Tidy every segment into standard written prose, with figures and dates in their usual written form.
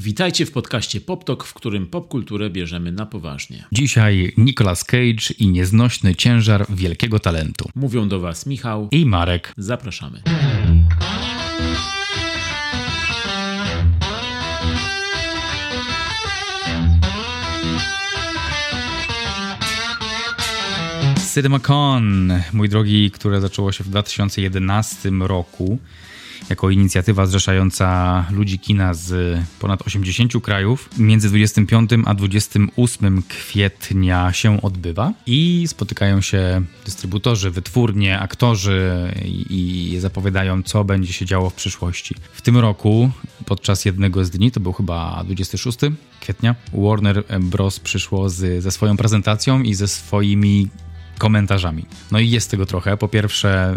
Witajcie w podcaście PopTok, w którym popkulturę bierzemy na poważnie. Dzisiaj Nicolas Cage i nieznośny ciężar wielkiego talentu. Mówią do Was Michał i Marek. Zapraszamy. CinemaCon, mój drogi, które zaczęło się w 2011 roku jako inicjatywa zrzeszająca ludzi kina z ponad 80 krajów. Między 25 a 28 kwietnia się odbywa i spotykają się dystrybutorzy, wytwórnie, aktorzy i zapowiadają, co będzie się działo w przyszłości. W tym roku, podczas jednego z dni, to był chyba 26 kwietnia, Warner Bros. Przyszło ze swoją prezentacją i ze swoimi komentarzami. No i jest tego trochę. Po pierwsze,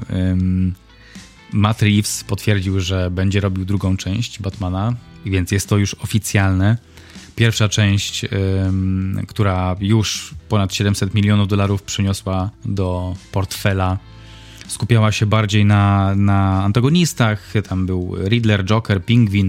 Matt Reeves potwierdził, że będzie robił drugą część Batmana, więc jest to już oficjalne. Pierwsza część, która już ponad $700 milionów przyniosła do portfela, skupiała się bardziej na antagonistach. Tam był Riddler, Joker, Pingwin.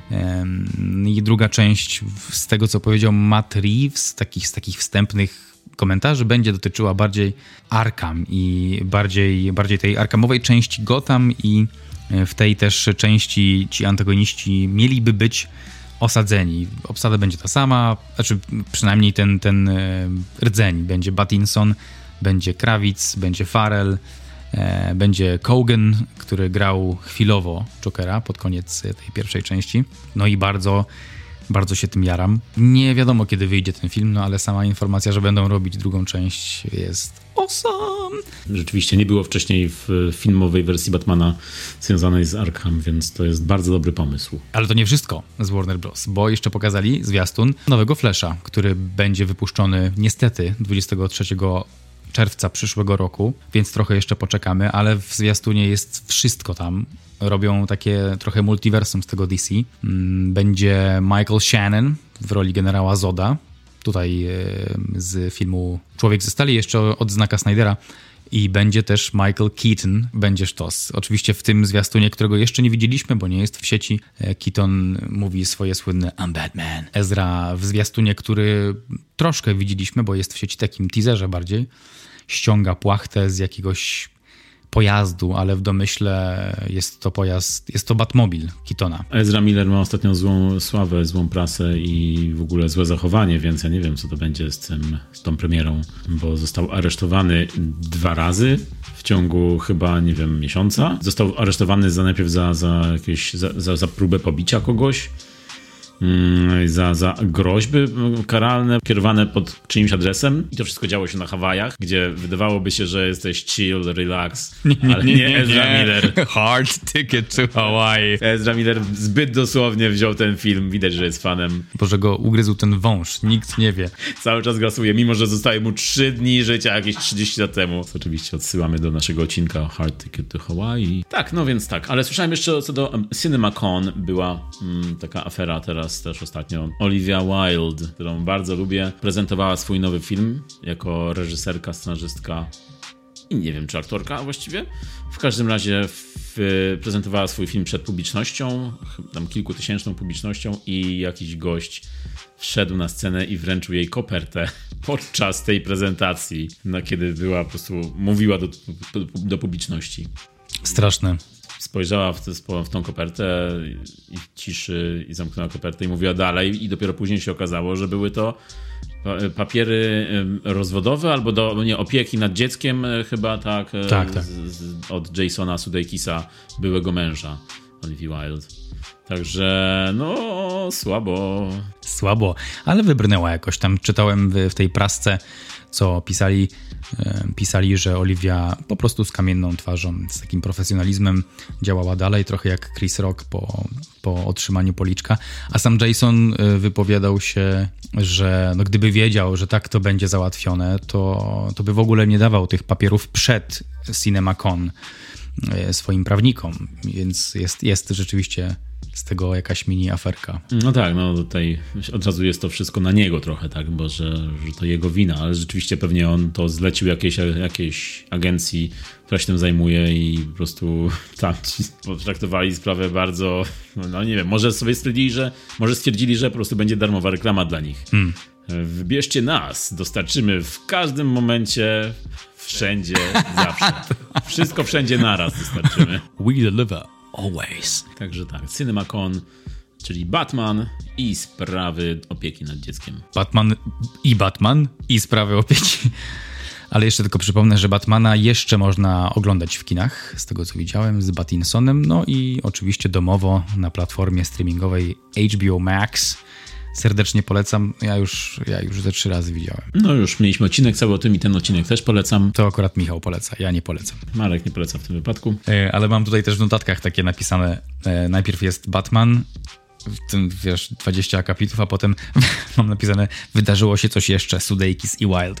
I druga część, z tego co powiedział Matt Reeves, z takich wstępnych komentarzy, będzie dotyczyła bardziej Arkham i bardziej tej Arkhamowej części Gotham, i w tej też części ci antagoniści mieliby być osadzeni. Obsada będzie ta sama, znaczy przynajmniej ten rdzeń. Będzie Pattinson, będzie Kravic, będzie Farrell, będzie Cogan, który grał chwilowo Jokera pod koniec tej pierwszej części. No i bardzo się tym jaram. Nie wiadomo, kiedy wyjdzie ten film, ale sama informacja, że będą robić drugą część, jest awesome. Rzeczywiście nie było wcześniej w filmowej wersji Batmana związanej z Arkham, więc to jest bardzo dobry pomysł. Ale to nie wszystko z Warner Bros., bo jeszcze pokazali zwiastun nowego Flasha, który będzie wypuszczony niestety 23 czerwca przyszłego roku, więc trochę jeszcze poczekamy, ale w zwiastunie jest wszystko tam. Robią takie trochę multiversum z tego DC. Będzie Michael Shannon w roli generała Zoda, tutaj z filmu Człowiek ze stali, jeszcze od Zacka Snydera. I będzie też Michael Keaton, będzie sztos. Oczywiście w tym zwiastunie, którego jeszcze nie widzieliśmy, bo nie jest w sieci, Keaton mówi swoje słynne I'm Batman. Ezra w zwiastunie, który troszkę widzieliśmy, bo jest w sieci, takim teaserze bardziej, ściąga płachtę z jakiegoś pojazdu, ale w domyśle jest to Batmobil Keatona. Ezra Miller ma ostatnio złą sławę, złą prasę i w ogóle złe zachowanie, więc ja nie wiem, co to będzie z tą premierą, bo został aresztowany 2 razy w ciągu chyba, nie wiem, miesiąca. Został aresztowany najpierw za próbę pobicia kogoś, za groźby karalne kierowane pod czyimś adresem, i to wszystko działo się na Hawajach, gdzie wydawałoby się, że jesteś chill, relax, ale nie Ezra Miller. Hard ticket to Hawaii. Ezra Miller zbyt dosłownie wziął ten film, widać, że jest fanem. Boże, go ugryzł ten wąż, nikt nie wie. Cały czas grasuje, mimo że zostaje mu 3 dni życia jakieś 30 lat temu. Oczywiście odsyłamy do naszego odcinka Hard Ticket to Hawaii. Tak, no więc tak, ale słyszałem jeszcze co do CinemaCon, była taka afera teraz też ostatnio. Olivia Wilde, którą bardzo lubię, prezentowała swój nowy film jako reżyserka, scenarzystka i nie wiem, czy aktorka właściwie. W każdym razie prezentowała swój film przed publicznością, tam kilkutysięczną publicznością, i jakiś gość wszedł na scenę i wręczył jej kopertę podczas tej prezentacji, kiedy była po prostu, mówiła do publiczności. Straszne. Spojrzała w tą kopertę i w ciszy i zamknęła kopertę i mówiła dalej, i dopiero później się okazało, że były to papiery rozwodowe albo opieki nad dzieckiem chyba, tak. Od Jasona Sudeikisa, byłego męża Olivia Wilde. Także słabo. Ale wybrnęła jakoś tam. Czytałem w tej prasce, co pisali, że Olivia po prostu z kamienną twarzą, z takim profesjonalizmem działała dalej, trochę jak Chris Rock po otrzymaniu policzka. A sam Jason wypowiadał się, że gdyby wiedział, że tak to będzie załatwione, to by w ogóle nie dawał tych papierów przed CinemaCon swoim prawnikom. Więc jest rzeczywiście z tego jakaś mini aferka. No tak, no tutaj od razu jest to wszystko na niego trochę, tak, bo że to jego wina, ale rzeczywiście pewnie on to zlecił jakiejś agencji, która się tym zajmuje i po prostu tam potraktowali sprawę bardzo, no nie wiem, może stwierdzili, że po prostu będzie darmowa reklama dla nich. Wybierzcie nas, dostarczymy w każdym momencie, wszędzie, zawsze. Wszystko wszędzie naraz dostarczymy. We deliver. Always. Także tak, CinemaCon, czyli Batman i sprawy opieki nad dzieckiem. Batman i sprawy opieki. Ale jeszcze tylko przypomnę, że Batmana jeszcze można oglądać w kinach, z tego co widziałem, z Pattinsonem, no i oczywiście domowo na platformie streamingowej HBO Max. Serdecznie polecam. Ja już ze 3 razy widziałem. No już mieliśmy odcinek cały o tym i ten odcinek też polecam. To akurat Michał poleca, ja nie polecam. Marek nie poleca w tym wypadku. Ale mam tutaj też w notatkach takie napisane. Najpierw jest Batman, w tym 20 akapitów, a potem mam napisane wydarzyło się coś jeszcze, Sudeikis i Wild.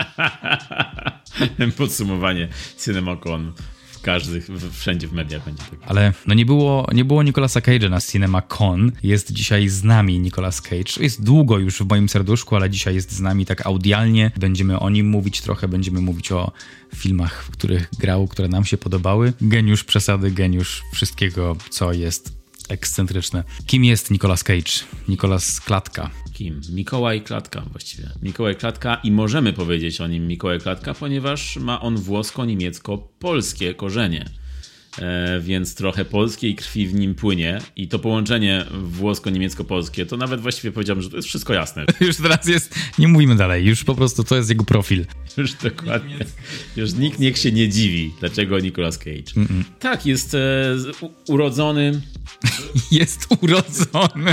Podsumowanie CinemaCon. Wszędzie w mediach będzie tak. Ale no nie było Nicolasa Cage'a na CinemaCon. Jest dzisiaj z nami Nicolas Cage. Jest długo już w moim serduszku, ale dzisiaj jest z nami tak audialnie. Będziemy o nim mówić trochę, będziemy mówić o filmach, w których grał, które nam się podobały. Geniusz przesady, geniusz wszystkiego, co jest ekscentryczne. Kim jest Nicolas Cage? Nicolas Klatka. Kim? Mikołaj Klatka właściwie. Mikołaj Klatka i możemy powiedzieć o nim Mikołaj Klatka, ponieważ ma on włosko-niemiecko-polskie korzenie. Więc trochę polskiej krwi w nim płynie i to połączenie włosko-niemiecko-polskie, to nawet właściwie powiedziałbym, że to jest wszystko jasne. Już teraz jest, nie mówimy dalej, już po prostu to jest jego profil. Już dokładnie. Już nikt się nie dziwi, dlaczego Nicolas Cage. Tak, jest urodzony. Jest urodzony.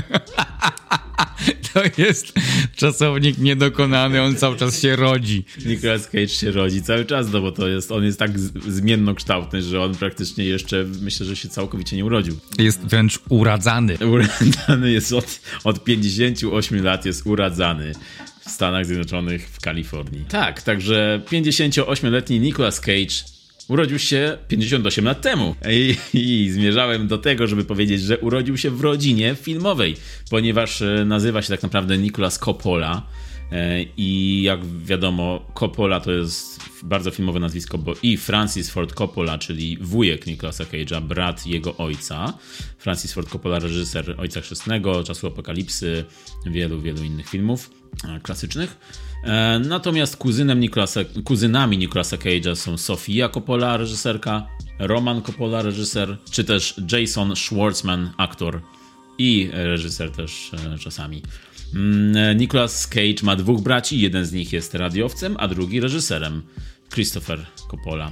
To jest czasownik niedokonany, on cały czas się rodzi. Nicolas Cage się rodzi cały czas, no bo on jest tak zmiennokształtny, że on praktycznie jeszcze, myślę, że się całkowicie nie urodził. Jest wręcz uradzany. Uradzany jest od 58 lat, jest uradzany w Stanach Zjednoczonych, w Kalifornii. Tak, także 58-letni Nicolas Cage urodził się 58 lat temu i zmierzałem do tego, żeby powiedzieć, że urodził się w rodzinie filmowej, ponieważ nazywa się tak naprawdę Nicolas Coppola i jak wiadomo Coppola to jest bardzo filmowe nazwisko, bo i Francis Ford Coppola, czyli wujek Nicolasa Cage'a, brat jego ojca. Francis Ford Coppola, reżyser Ojca Chrzestnego, Czasu Apokalipsy, wielu innych filmów klasycznych. Natomiast kuzynami Nicolasa Cage'a są Sofia Coppola, reżyserka, Roman Coppola, reżyser, czy też Jason Schwartzman, aktor i reżyser też czasami. Nicolas Cage ma 2 braci, jeden z nich jest radiowcem, a drugi reżyserem, Christopher Coppola.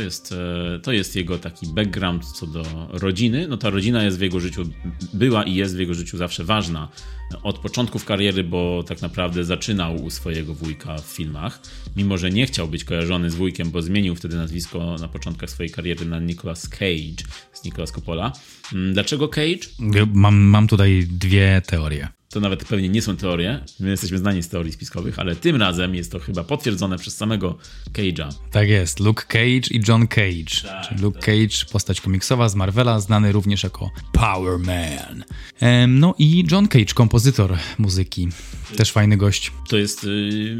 To jest jego taki background co do rodziny. No ta rodzina jest w jego życiu, była i jest w jego życiu zawsze ważna. Od początków kariery, bo tak naprawdę zaczynał u swojego wujka w filmach. Mimo że nie chciał być kojarzony z wujkiem, bo zmienił wtedy nazwisko na początkach swojej kariery na Nicolas Cage z Nicolas Coppola. Dlaczego Cage? Mam tutaj 2 teorie. To nawet pewnie nie są teorie, my jesteśmy znani z teorii spiskowych, ale tym razem jest to chyba potwierdzone przez samego Cage'a. Tak jest, Luke Cage i John Cage. Tak, czyli Luke Cage, postać komiksowa z Marvela, znany również jako Power Man. No i John Cage, kompozytor muzyki, też fajny gość. To jest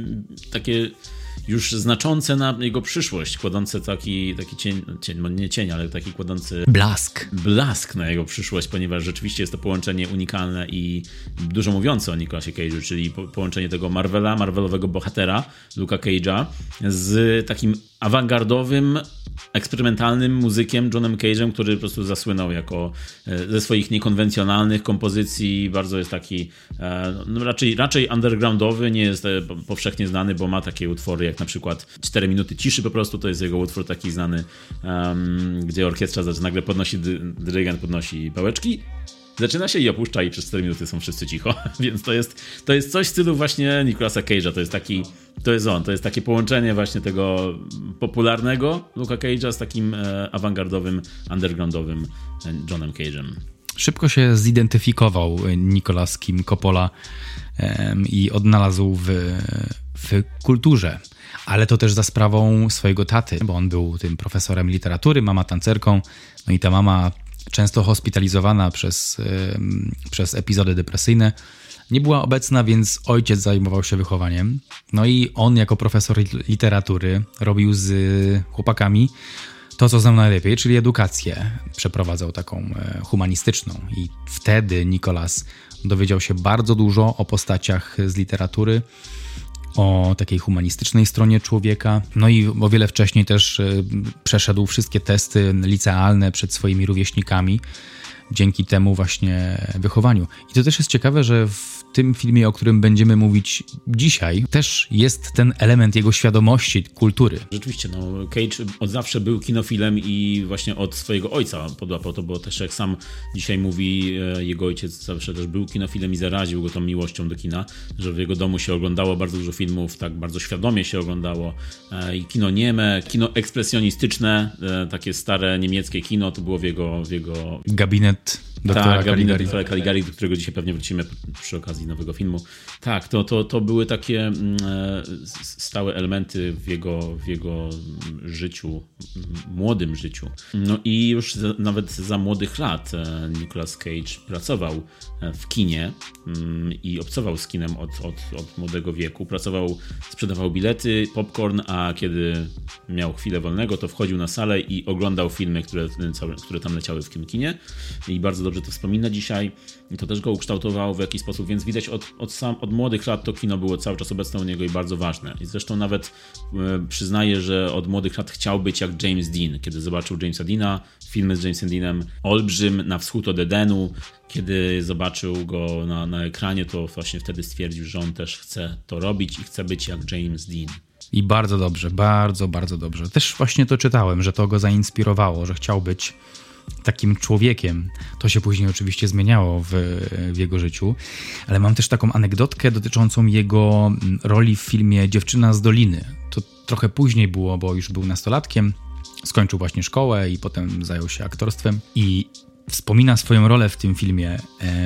takie już znaczące na jego przyszłość, kładące taki cień, nie cień, ale taki kładący blask na jego przyszłość, ponieważ rzeczywiście jest to połączenie unikalne i dużo mówiące o Nicolasie Cage'u, czyli połączenie tego marvelowego bohatera, Luke'a Cage'a, z takim awangardowym, eksperymentalnym muzykiem Johnem Cage'em, który po prostu zasłynął ze swoich niekonwencjonalnych kompozycji, bardzo jest taki raczej undergroundowy, nie jest powszechnie znany, bo ma takie utwory jak na przykład 4 minuty ciszy po prostu, to jest jego utwór taki znany, gdzie orkiestra nagle dyrygent podnosi pałeczki, zaczyna się i opuszcza i przez 4 minuty są wszyscy cicho, więc to jest coś w stylu właśnie Nicolasa Cage'a, to jest takie połączenie właśnie tego popularnego Luke'a Cage'a z takim awangardowym, undergroundowym Johnem Cage'em. Szybko się zidentyfikował Nicolas Kim Coppola i odnalazł w kulturze, ale to też za sprawą swojego taty, bo on był tym profesorem literatury, mama tancerką, no i ta mama często hospitalizowana przez epizody depresyjne, nie była obecna, więc ojciec zajmował się wychowaniem. No i on jako profesor literatury robił z chłopakami to, co znam najlepiej, czyli edukację. Przeprowadzał taką humanistyczną. I wtedy Nicholas dowiedział się bardzo dużo o postaciach z literatury, o takiej humanistycznej stronie człowieka. No i o wiele wcześniej też przeszedł wszystkie testy licealne przed swoimi rówieśnikami. Dzięki temu właśnie wychowaniu. I to też jest ciekawe, że w tym filmie, o którym będziemy mówić dzisiaj, też jest ten element jego świadomości, kultury. Rzeczywiście, no Cage od zawsze był kinofilem i właśnie od swojego ojca podłapał to, bo też jak sam dzisiaj mówi, jego ojciec zawsze też był kinofilem i zaraził go tą miłością do kina, że w jego domu się oglądało bardzo dużo filmów, tak bardzo świadomie się oglądało i kino nieme, kino ekspresjonistyczne, takie stare niemieckie kino, to było w jego... Gabinet doktora Caligari, do którego dzisiaj pewnie wrócimy przy okazji nowego filmu. Tak, to były takie stałe elementy w jego życiu, młodym życiu. No i już nawet za młodych lat Nicolas Cage pracował w kinie i obcował z kinem od młodego wieku. Sprzedawał bilety, popcorn, a kiedy miał chwilę wolnego, to wchodził na salę i oglądał filmy, które tam leciały w tym kinie. I bardzo dobrze to wspomina dzisiaj. I to też go ukształtowało w jakiś sposób, więc widać od młodych lat to kino było cały czas obecne u niego i bardzo ważne. I zresztą nawet przyznaję, że od młodych lat chciał być jak James Dean. Kiedy zobaczył Jamesa Deana, filmy z Jamesem Deanem, Olbrzym, Na wschód od Edenu, kiedy zobaczył go na ekranie, to właśnie wtedy stwierdził, że on też chce to robić i chce być jak James Dean. I bardzo dobrze, bardzo, bardzo dobrze. Też właśnie to czytałem, że to go zainspirowało, że chciał być takim człowiekiem. To się później oczywiście zmieniało w jego życiu, ale mam też taką anegdotkę dotyczącą jego roli w filmie Dziewczyna z Doliny. To trochę później było, bo już był nastolatkiem, skończył właśnie szkołę i potem zajął się aktorstwem i wspomina swoją rolę w tym filmie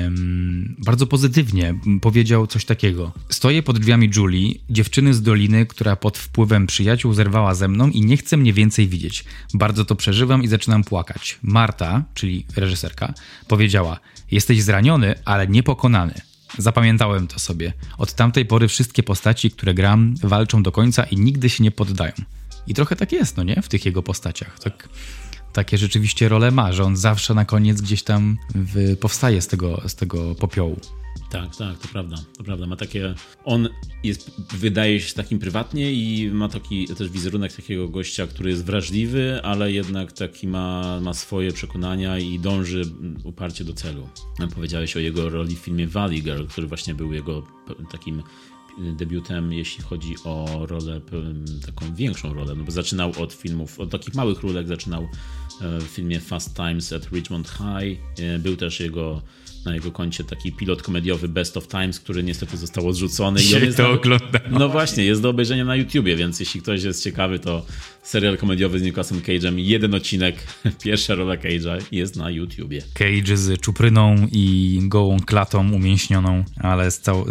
bardzo pozytywnie. Powiedział coś takiego. Stoję pod drzwiami Julie, dziewczyny z Doliny, która pod wpływem przyjaciół zerwała ze mną i nie chce mnie więcej widzieć. Bardzo to przeżywam i zaczynam płakać. Marta, czyli reżyserka, powiedziała: jesteś zraniony, ale niepokonany. Zapamiętałem to sobie. Od tamtej pory wszystkie postaci, które gram, walczą do końca i nigdy się nie poddają. I trochę tak jest, no nie? W tych jego postaciach. Takie rzeczywiście role ma, że on zawsze na koniec gdzieś tam powstaje z tego popiołu. Tak, to prawda. Ma takie, on wydaje się takim prywatnie i ma taki też wizerunek takiego gościa, który jest wrażliwy, ale jednak taki ma swoje przekonania i dąży uparcie do celu. Powiedziałeś o jego roli w filmie Valley Girl, który właśnie był jego takim debiutem, jeśli chodzi o rolę, taką większą rolę, no bo zaczynał od filmów, od takich małych rólek, zaczynał w filmie Fast Times at Ridgemont High. Był też na jego koncie taki pilot komediowy Best of Times, który niestety został odrzucony. I to oglądam. No właśnie, jest do obejrzenia na YouTubie, więc jeśli ktoś jest ciekawy, to serial komediowy z Nicolasem Cage'em, jeden odcinek, pierwsza rola Cage'a jest na YouTubie. Cage z czupryną i gołą klatą umięśnioną, ale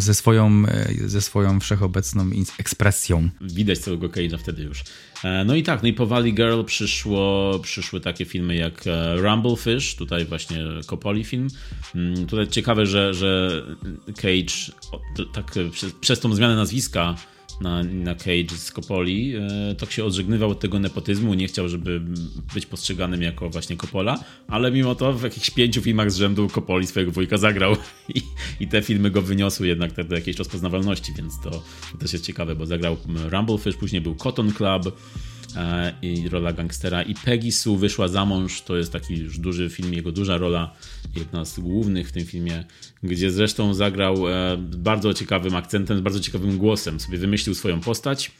ze swoją wszechobecną ekspresją. Widać całego Cage'a wtedy już. No i tak, no i po Valley Girl przyszły takie filmy jak Rumblefish, tutaj właśnie Coppoli film. Tutaj ciekawe, że Cage tak przez tą zmianę nazwiska na Cage z Coppoli tak się odżegnywał od tego nepotyzmu, nie chciał, żeby być postrzeganym jako właśnie Coppola, ale mimo to w jakichś 5 filmach z rzędu Coppoli swojego wujka zagrał i te filmy go wyniosły jednak do jakiejś rozpoznawalności, więc to też jest ciekawe, bo zagrał Rumblefish, później był Cotton Club i rola gangstera i Peggy Sue wyszła za mąż, to jest taki już duży film, jego duża rola, jedna z głównych w tym filmie, gdzie zresztą zagrał bardzo ciekawym akcentem, bardzo ciekawym głosem, sobie wymyślił swoją postać.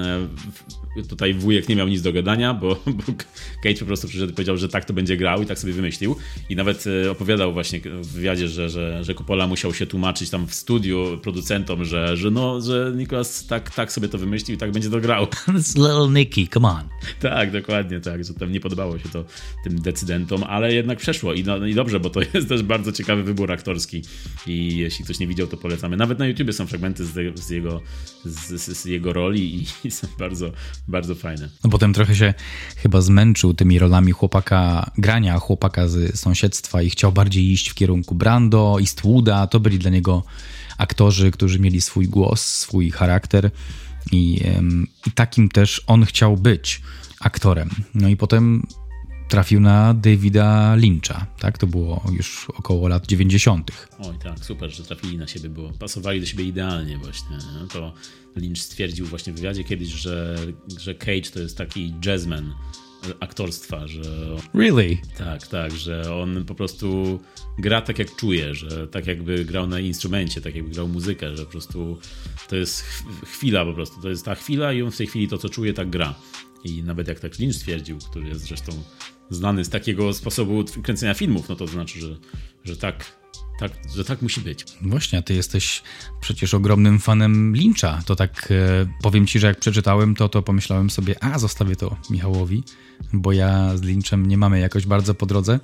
Tutaj wujek nie miał nic do gadania, bo Cage po prostu przyszedł i powiedział, że tak to będzie grał i tak sobie wymyślił i nawet opowiadał właśnie w wywiadzie, że Coppola musiał się tłumaczyć tam w studiu producentom, że Nicolas tak sobie to wymyślił i tak będzie to grał. It's little Nicky, come on. Tak, dokładnie tak, że tam nie podobało się to tym decydentom, ale jednak przeszło i dobrze, bo to jest też bardzo ciekawy wybór aktorski i jeśli ktoś nie widział, to polecamy. Nawet na YouTubie są fragmenty z jego roli i są bardzo, bardzo fajne. No potem trochę się chyba zmęczył tymi rolami grania chłopaka z sąsiedztwa i chciał bardziej iść w kierunku Brando, Eastwooda. To byli dla niego aktorzy, którzy mieli swój głos, swój charakter i takim też on chciał być aktorem. No i potem trafił na Davida Lyncha, tak? To było już około lat 90. Oj tak, super, że trafili na siebie, bo pasowali do siebie idealnie właśnie. No to Lynch stwierdził właśnie w wywiadzie kiedyś, że Cage to jest taki jazzman aktorstwa, że... Really? Tak, że on po prostu gra tak jak czuje, że tak jakby grał na instrumencie, tak jakby grał muzykę, że po prostu to jest chwila po prostu, to jest ta chwila i on w tej chwili to, co czuje, tak gra. I nawet jak tak Lynch stwierdził, który jest zresztą znany z takiego sposobu kręcenia filmów, no to znaczy, że tak musi być. Właśnie, a ty jesteś przecież ogromnym fanem Lyncha. To tak powiem ci, że jak przeczytałem to pomyślałem sobie, zostawię to Michałowi, bo ja z Lynchem nie mamy jakoś bardzo po drodze.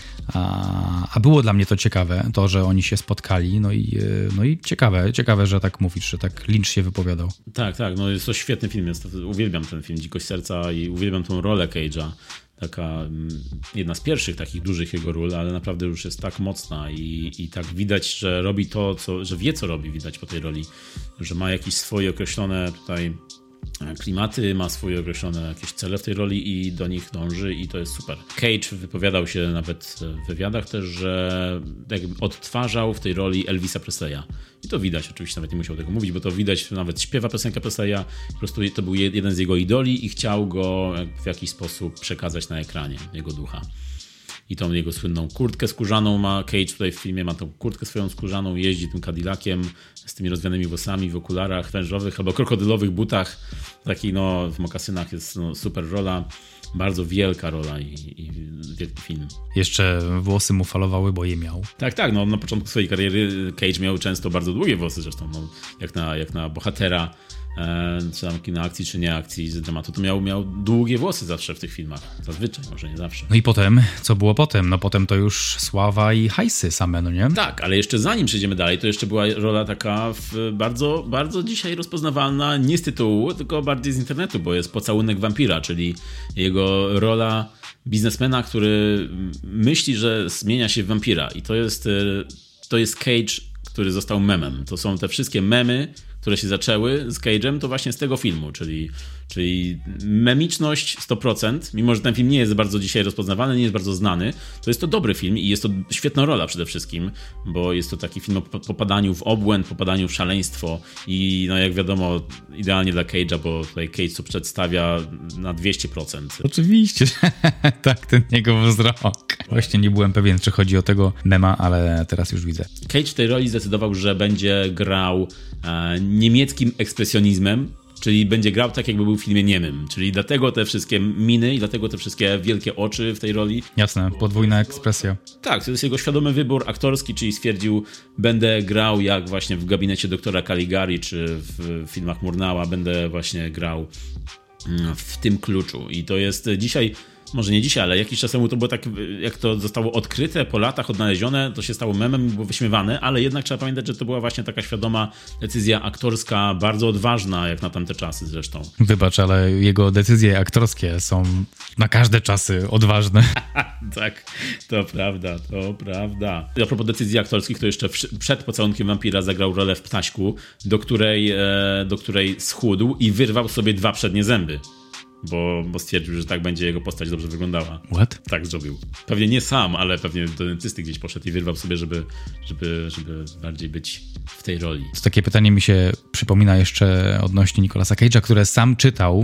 A było dla mnie to ciekawe, to, że oni się spotkali, no i ciekawe, że tak mówisz, że tak Lynch się wypowiadał. Tak, no jest to świetny film, uwielbiam ten film, Dzikość serca i uwielbiam tą rolę Cage'a. Taka jedna z pierwszych takich dużych jego ról, ale naprawdę już jest tak mocna i tak widać, że robi to, że wie co robi, widać po tej roli, że ma jakieś swoje określone tutaj klimaty, ma swoje określone jakieś cele w tej roli i do nich dąży i to jest super. Cage wypowiadał się nawet w wywiadach też, że jakby odtwarzał w tej roli Elvisa Presleya. I to widać, oczywiście nawet nie musiał tego mówić, bo to widać, nawet śpiewa piosenkę Presleya, po prostu to był jeden z jego idoli i chciał go w jakiś sposób przekazać na ekranie, jego ducha. I tą jego słynną kurtkę skórzaną ma Cage tutaj w filmie, ma tą kurtkę swoją skórzaną, jeździ tym Cadillaciem z tymi rozwianymi włosami w okularach wężowych albo krokodylowych butach, taki w mokasynach, jest super rola, bardzo wielka rola i wielki film. Jeszcze włosy mu falowały, bo je miał. Tak, na początku swojej kariery Cage miał często bardzo długie włosy zresztą, jak na bohatera, czy tam kina akcji, czy nie akcji z dramatu, to miał długie włosy zawsze w tych filmach. Zazwyczaj, może nie zawsze. No i potem, co było potem? No potem to już sława i hajsy same, no nie? Tak, ale jeszcze zanim przejdziemy dalej, to jeszcze była rola taka bardzo, bardzo dzisiaj rozpoznawalna, nie z tytułu, tylko bardziej z internetu, bo jest Pocałunek wampira, czyli jego rola biznesmena, który myśli, że zmienia się w wampira i to jest Cage, który został memem. To są te wszystkie memy, które się zaczęły z Cage'em, to właśnie z tego filmu, czyli memiczność 100%, mimo że ten film nie jest bardzo dzisiaj rozpoznawany, nie jest bardzo znany, to jest to dobry film i jest to świetna rola przede wszystkim, bo jest to taki film o popadaniu w obłęd, popadaniu w szaleństwo i jak wiadomo, idealnie dla Cage'a, bo tutaj Cage to przedstawia na 200%. Oczywiście, tak, ten jego wzrok. Właśnie nie byłem pewien, czy chodzi o tego mema, ale teraz już widzę. Cage w tej roli zdecydował, że będzie grał niemieckim ekspresjonizmem, czyli będzie grał tak, jakby był w filmie niemym. Czyli dlatego te wszystkie miny i dlatego te wszystkie wielkie oczy w tej roli. Jasne, podwójna ekspresja. Tak, to jest jego świadomy wybór aktorski, czyli stwierdził, będę grał jak właśnie w Gabinecie doktora Caligari, czy w filmach Murnau'a, będę właśnie grał w tym kluczu. I to jest dzisiaj... Może nie dzisiaj, ale jakiś czas temu to było tak, jak to zostało odkryte, po latach odnalezione, to się stało memem i było wyśmiewane, ale jednak trzeba pamiętać, że to była właśnie taka świadoma decyzja aktorska, bardzo odważna, jak na tamte czasy zresztą. Wybacz, ale jego decyzje aktorskie są na każde czasy odważne. Tak, to prawda. A propos decyzji aktorskich, to jeszcze przed Pocałunkiem wampira zagrał rolę w Ptaśku, do której schudł i wyrwał sobie 2 przednie zęby. Bo stwierdził, że tak będzie jego postać dobrze wyglądała. What? Tak zrobił. Pewnie nie sam, ale pewnie do dentysty gdzieś poszedł i wyrwał sobie, żeby bardziej być w tej roli. To takie pytanie mi się przypomina jeszcze odnośnie Nicolasa Cage'a, które sam czytał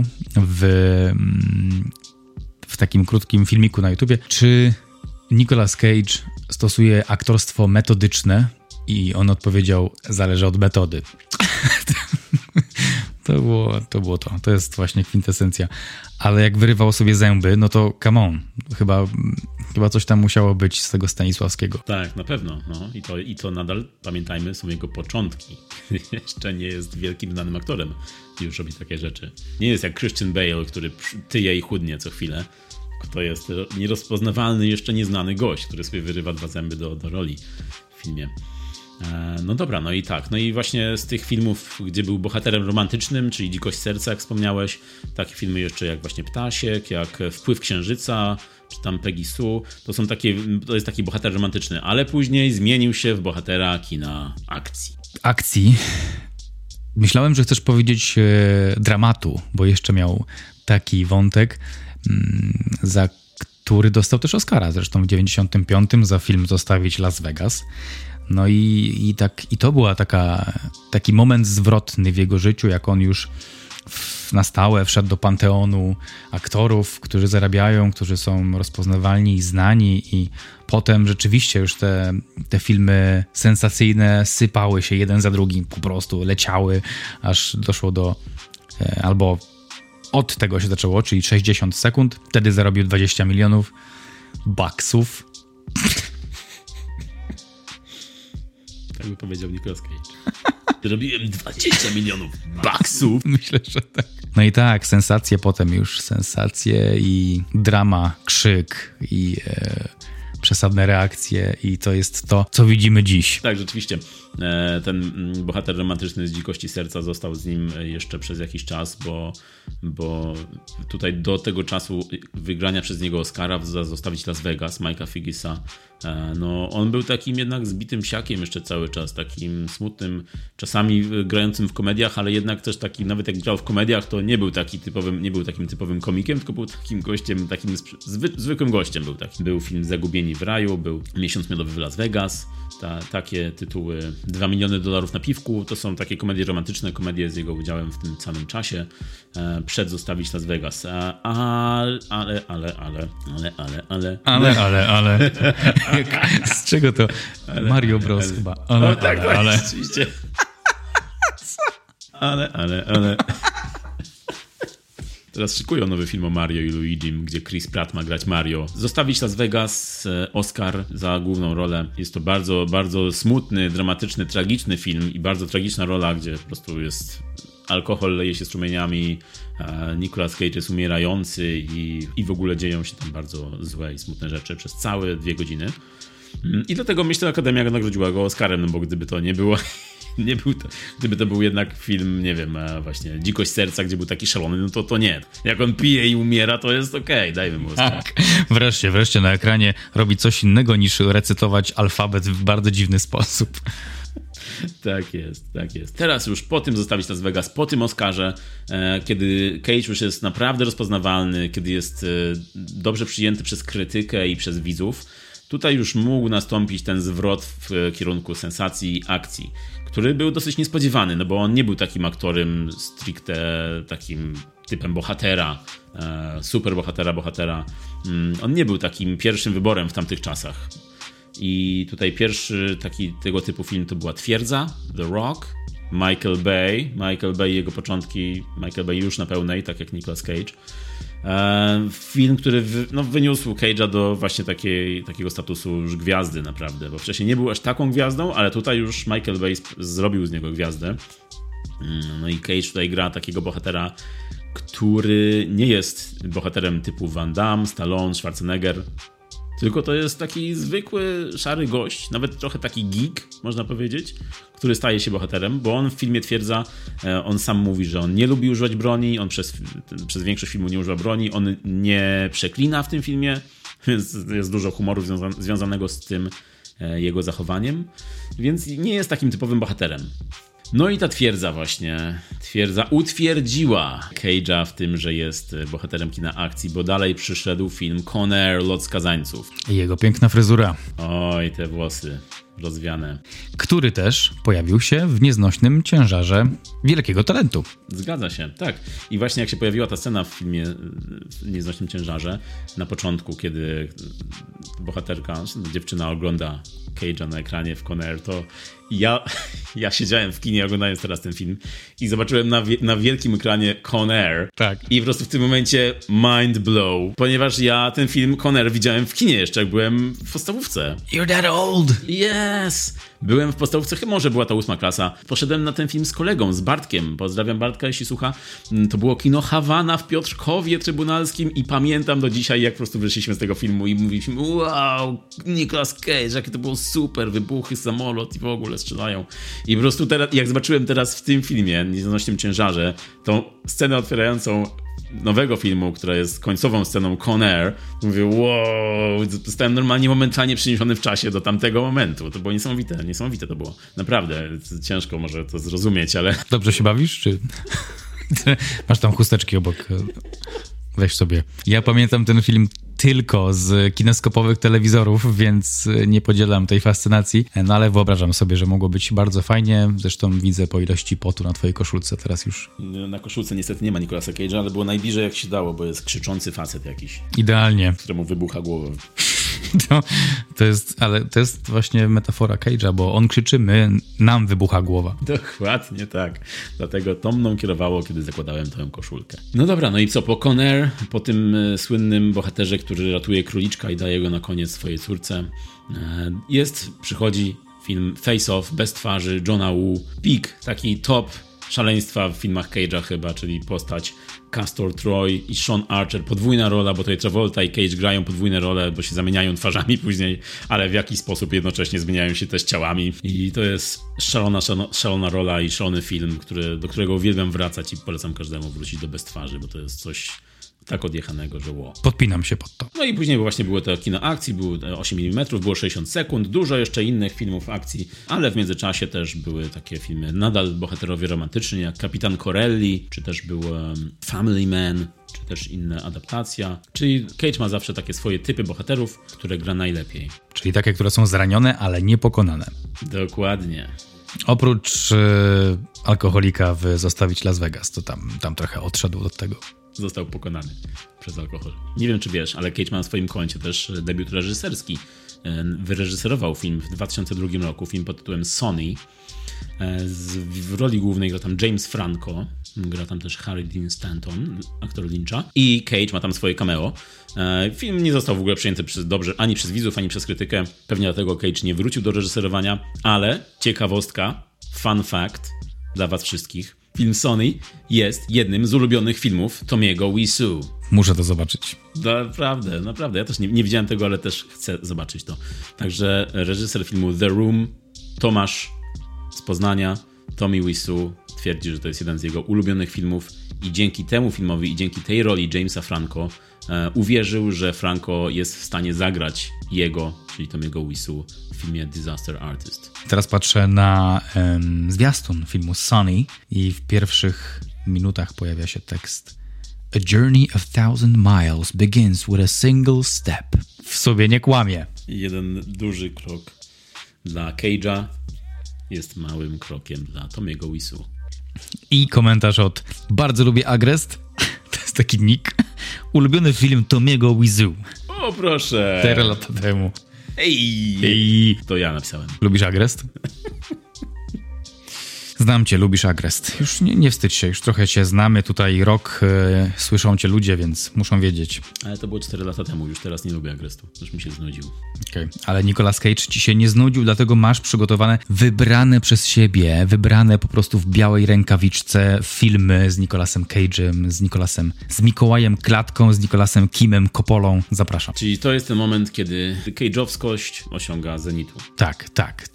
w takim krótkim filmiku na YouTubie. Czy Nicolas Cage stosuje aktorstwo metodyczne? I on odpowiedział, zależy od metody. To było to. To jest właśnie kwintesencja. Ale jak wyrywał sobie zęby, no to come on. Chyba coś tam musiało być z tego Stanisławskiego. Tak, na pewno. No. I to nadal, pamiętajmy, są jego początki. Jeszcze nie jest wielkim, znanym aktorem. Już robi takie rzeczy. Nie jest jak Christian Bale, który tyje i chudnie co chwilę. To jest nierozpoznawalny, jeszcze nieznany gość, który sobie wyrywa 2 zęby do roli w filmie. No dobra, no i tak. No i właśnie z tych filmów, gdzie był bohaterem romantycznym, czyli Dzikość serca, jak wspomniałeś, takie filmy jeszcze jak właśnie Ptasiek, jak Wpływ księżyca, czy tam Peggy Sue, to jest taki bohater romantyczny, ale później zmienił się w bohatera kina akcji. Myślałem, że chcesz powiedzieć dramatu, bo jeszcze miał taki wątek, za który dostał też Oscara, zresztą w 95 za film Zostawić Las Vegas. No i to była taki moment zwrotny w jego życiu, jak on już na stałe wszedł do panteonu aktorów, którzy zarabiają, którzy są rozpoznawalni i znani, i potem rzeczywiście już te filmy sensacyjne sypały się jeden za drugim, po prostu leciały, aż doszło do albo od tego się zaczęło, czyli 60 sekund, wtedy zarobił 20 milionów baksów. Tak by powiedział Nicolas Cage. Zrobiłem 20 milionów baksów. Myślę, że tak. No i tak, sensacje potem już, sensacje i drama, krzyk i przesadne reakcje, i to jest to, co widzimy dziś. Tak, rzeczywiście. Ten bohater romantyczny z Dzikości serca został z nim jeszcze przez jakiś czas, bo tutaj do tego czasu wygrania przez niego Oscara za Zostawić Las Vegas Mike'a Figgisa, no on był takim jednak zbitym siakiem jeszcze cały czas, takim smutnym, czasami grającym w komediach, ale jednak też taki, nawet jak grał w komediach, to nie był takim typowym komikiem, tylko był takim gościem, takim zwykłym gościem był taki. Był film Zagubieni w raju, był Miesiąc miodowy w Las Vegas, takie tytuły. 2 miliony dolarów na piwku, to są takie komedie romantyczne, komedie z jego udziałem w tym samym czasie, przed Zostawić Las Vegas. Ale. Z czego to? Mario Bros chyba. Ale. Oczywiście. Ale. Teraz szykują nowy film o Mario i Luigim, gdzie Chris Pratt ma grać Mario. Zostawić Las Vegas, Oscar za główną rolę. Jest to bardzo, bardzo smutny, dramatyczny, tragiczny film i bardzo tragiczna rola, gdzie po prostu jest alkohol, leje się strumieniami, Nicolas Cage jest umierający i w ogóle dzieją się tam bardzo złe i smutne rzeczy przez całe 2 godziny. I dlatego myślę, Akademia nagrodziła go Oscarem, no bo gdyby to nie było... Gdyby to był jednak film, nie wiem, właśnie Dzikość serca, gdzie był taki szalony, no to nie. Jak on pije i umiera, to jest okej, dajmy mu Oscar. Tak. Wreszcie na ekranie robi coś innego niż recytować alfabet w bardzo dziwny sposób. Tak jest. Teraz już po tym Zostawić Las Vegas, po tym Oscarze, kiedy Cage już jest naprawdę rozpoznawalny, kiedy jest dobrze przyjęty przez krytykę i przez widzów, tutaj już mógł nastąpić ten zwrot w kierunku sensacji i akcji, który był dosyć niespodziewany, no bo on nie był takim aktorem stricte takim typem bohatera, super bohatera. On nie był takim pierwszym wyborem w tamtych czasach. I tutaj pierwszy taki tego typu film to była Twierdza, The Rock, Michael Bay, jego początki, Michael Bay już na pełnej, tak jak Nicolas Cage. Film, który wyniósł Cage'a do właśnie takiego statusu już gwiazdy naprawdę, bo wcześniej nie był aż taką gwiazdą, ale tutaj już Michael Bay zrobił z niego gwiazdę. No i Cage tutaj gra takiego bohatera, który nie jest bohaterem typu Van Damme, Stallone, Schwarzenegger, tylko to jest taki zwykły, szary gość, nawet trochę taki geek, można powiedzieć, który staje się bohaterem, bo on w filmie Twierdza, on sam mówi, że on nie lubi używać broni, on przez większość filmu nie używa broni, on nie przeklina w tym filmie, więc jest dużo humoru związanego z tym jego zachowaniem, więc nie jest takim typowym bohaterem. No i ta Twierdza utwierdziła Cage'a w tym, że jest bohaterem kina akcji, bo dalej przyszedł film Con Air, Lot skazańców. I jego piękna fryzura. Oj, te włosy rozwiane. Który też pojawił się w nieznośnym ciężarze wielkiego talentu. Zgadza się, tak. I właśnie jak się pojawiła ta scena w filmie w Nieznośnym ciężarze, na początku, kiedy bohaterka, dziewczyna ogląda Cage'a na ekranie w Con Air, to ja siedziałem w kinie oglądając teraz ten film i zobaczyłem na wielkim ekranie Con Air. Tak. I po prostu w tym momencie mind blow, ponieważ ja ten film Con Air widziałem w kinie jeszcze, jak byłem w podstawówce. You're that old! Yes! Byłem w podstawówce, chyba może była to 8. klasa. Poszedłem na ten film z kolegą, z Bartkiem. Pozdrawiam Bartka, jeśli słucha. To było kino Hawana w Piotrkowie Trybunalskim i pamiętam do dzisiaj, jak po prostu wyszliśmy z tego filmu i mówiliśmy, wow, Nicolas Cage, jakie to było super, wybuchy, samolot i w ogóle strzelają. I po prostu teraz, jak zobaczyłem teraz w tym filmie, Nieznośnym ciężarze, tą scenę otwierającą nowego filmu, która jest końcową sceną Con Air, mówię, wow, zostałem normalnie momentalnie przeniesiony w czasie do tamtego momentu. To było niesamowite to było. Naprawdę, ciężko może to zrozumieć, ale... Dobrze się bawisz, czy... Masz tam chusteczki obok... Weź sobie. Ja pamiętam ten film tylko z kineskopowych telewizorów, więc nie podzielam tej fascynacji, no ale wyobrażam sobie, że mogło być bardzo fajnie. Zresztą widzę po ilości potu na twojej koszulce teraz już. Na koszulce niestety nie ma Nicolasa Cage'a, ale było najbliżej jak się dało, bo jest krzyczący facet jakiś. Idealnie. Któremu wybucha głowa. To jest właśnie metafora Cage'a, bo on krzyczy, nam wybucha głowa. Dokładnie tak. Dlatego to mną kierowało, kiedy zakładałem tę koszulkę. No dobra, no i co, po Con Air, po tym słynnym bohaterze, który ratuje króliczka i daje go na koniec swojej córce, przychodzi film Face Off, bez twarzy, Johna Woo, peak, taki top szaleństwa w filmach Cage'a chyba, czyli postać Castor Troy i Sean Archer, podwójna rola, bo tutaj Travolta i Cage grają podwójne role, bo się zamieniają twarzami później, ale w jakiś sposób jednocześnie zmieniają się też ciałami i to jest szalona rola i szalony film, do którego uwielbiam wracać i polecam każdemu wrócić do Bez twarzy, bo to jest coś tak odjechanego, że wow. Podpinam się pod to. No i później właśnie było to kino akcji, było 8 mm, było 60 sekund, dużo jeszcze innych filmów akcji, ale w międzyczasie też były takie filmy nadal bohaterowie romantyczni, jak Kapitan Corelli, czy też był Family Man, czy też inne adaptacja. Czyli Cage ma zawsze takie swoje typy bohaterów, które gra najlepiej. Czyli takie, które są zranione, ale niepokonane. Dokładnie. Oprócz alkoholika w Zostawić Las Vegas, to tam trochę odszedł od tego. Został pokonany przez alkohol. Nie wiem, czy wiesz, ale Cage ma na swoim koncie też debiut reżyserski. Wyreżyserował film w 2002 roku, film pod tytułem Sonny. W roli głównej gra tam James Franco, gra tam też Harry Dean Stanton, aktor Lyncha, i Cage ma tam swoje cameo. Film nie został w ogóle przyjęty ani przez widzów, ani przez krytykę. Pewnie dlatego Cage nie wrócił do reżyserowania, ale ciekawostka, fun fact dla was wszystkich. Film Sonny jest jednym z ulubionych filmów Tomiego Wiseau. Muszę to zobaczyć. Naprawdę. Ja też nie widziałem tego, ale też chcę zobaczyć to. Także reżyser filmu The Room, Tomasz z Poznania, Tommy Wiseau, twierdzi, że to jest jeden z jego ulubionych filmów i dzięki temu filmowi i dzięki tej roli Jamesa Franco uwierzył, że Franco jest w stanie zagrać jego, czyli Tomiego Wiseau, w filmie Disaster Artist. Teraz patrzę na zwiastun filmu Sonny i w pierwszych minutach pojawia się tekst: A journey of 1000 miles begins with a single step. W sobie nie kłamie. Jeden duży krok dla Cage'a jest małym krokiem dla Tomiego Wiseau. I komentarz od bardzo lubię Agrest. To jest taki nick. Ulubiony film Tomiego Wiseau. O proszę. 4 lata temu. Ej. To ja napisałem. Lubisz Agrest? Znam cię, lubisz Agrest. Już nie wstydź się, już trochę cię znamy. Tutaj rok słyszą cię ludzie, więc muszą wiedzieć. Ale to było 4 lata temu, już teraz nie lubię Agrestu. Już mi się znudził. Okay. Ale Nicolas Cage ci się nie znudził, dlatego masz przygotowane wybrane przez siebie, wybrane po prostu w białej rękawiczce filmy z Nicolasem Cage'em, z Mikołajem Klatką, z Nicolasem Kimem Coppolą. Zapraszam. Czyli to jest ten moment, kiedy Cage'owskość osiąga zenitu. Tak.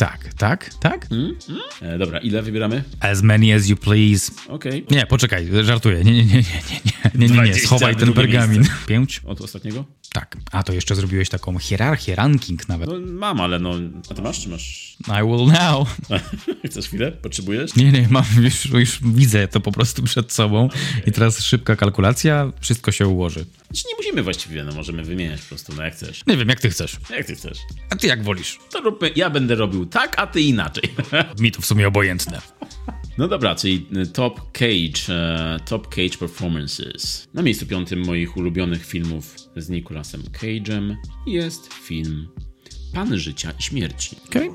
Dobra, ile wybieramy? As many as you please. Okej. Nie, poczekaj, żartuję. Nie, schowaj ten pergamin. 5? Od ostatniego? Tak. A to jeszcze zrobiłeś taką hierarchię, ranking nawet. No mam, ale no... A ty masz, czy masz? I will now. Chcesz chwilę? Potrzebujesz? Nie, mam, już widzę to po prostu przed sobą. Okay. I teraz szybka kalkulacja, wszystko się ułoży. Znaczy nie musimy właściwie, możemy wymieniać po prostu, jak chcesz. Nie wiem, jak ty chcesz. Jak ty chcesz. A ty jak wolisz? To róbmy, ja będę robił tak, a ty inaczej. Mi to w sumie obojętne. No dobra, czyli Top Cage Performances. Na miejscu 5 moich ulubionych filmów z Nicolasem Cage'em jest film Pan życia i śmierci. Okej,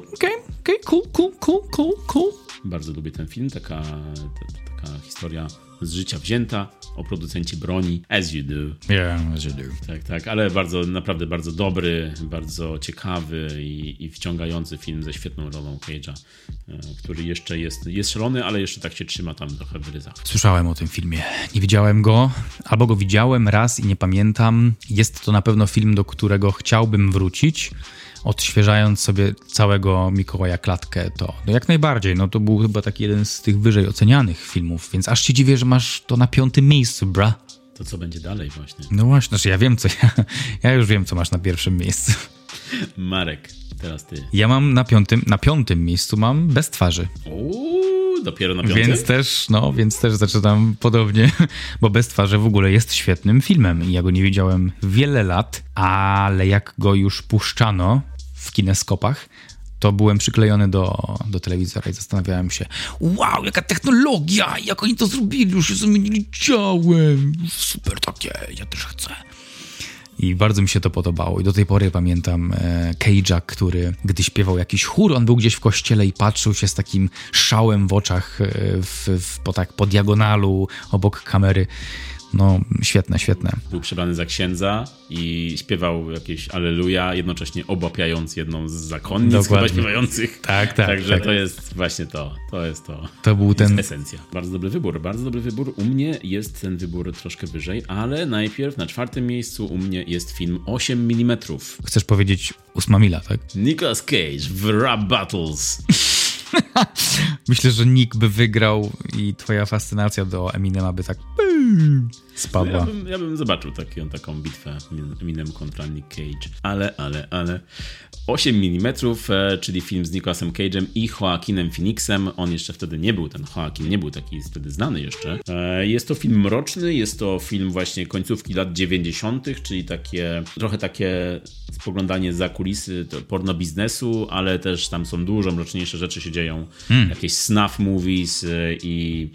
cool. Bardzo lubię ten film, taka historia z życia wzięta o producencie broni, as you do. Yeah, as you do. Tak, ale naprawdę bardzo dobry, bardzo ciekawy i wciągający film ze świetną rolą Cage'a, który jeszcze jest szalony, ale jeszcze tak się trzyma tam trochę w ryzach. Słyszałem o tym filmie. Nie widziałem go, albo go widziałem raz i nie pamiętam. Jest to na pewno film, do którego chciałbym wrócić, odświeżając sobie całego Mikołaja Klatkę, to jak najbardziej. No to był chyba taki jeden z tych wyżej ocenianych filmów, więc aż się dziwię, że masz to na 5. miejscu, bra. To co będzie dalej właśnie? No właśnie, znaczy ja wiem ja już wiem, co masz na 1. miejscu. Marek, teraz ty. Ja mam na piątym miejscu mam Bez twarzy. Dopiero na 5? Więc też zaczynam podobnie, bo Bez twarzy w ogóle jest świetnym filmem i ja go nie widziałem wiele lat, ale jak go już puszczano w kineskopach, to byłem przyklejony do telewizora i zastanawiałem się, wow, jaka technologia, jak oni to zrobili, już się sobie nie widziałem, super takie, ja też chcę. I bardzo mi się to podobało. I do tej pory pamiętam Cage'a, który gdy śpiewał jakiś chór, on był gdzieś w kościele i patrzył się z takim szałem w oczach po diagonalu obok kamery. No, świetne. Był przebrany za księdza i śpiewał jakieś Alleluja, jednocześnie obłapiając jedną z zakonnic chyba śpiewających. Tak. Także to jest właśnie to. To jest to. To był ten... esencja. Bardzo dobry wybór. U mnie jest ten wybór troszkę wyżej, ale najpierw na 4. miejscu u mnie jest film 8 mm. Chcesz powiedzieć 8 mila, tak? Nicolas Cage w Rap Battles. Myślę, że Nick by wygrał i twoja fascynacja do Eminema by tak spadła. Ja bym zobaczył taką bitwę Eminem kontra Nick Cage. Ale 8 mm, czyli film z Nicolasem Cage'em i Joaquinem Phoenixem. On jeszcze wtedy nie był, ten Joaquin nie był taki wtedy znany jeszcze. Jest to film mroczny, jest to film właśnie końcówki lat 90., czyli trochę takie spoglądanie za kulisy porno biznesu, ale też tam są dużo mroczniejsze rzeczy się dzieją. Jakieś snuff movies i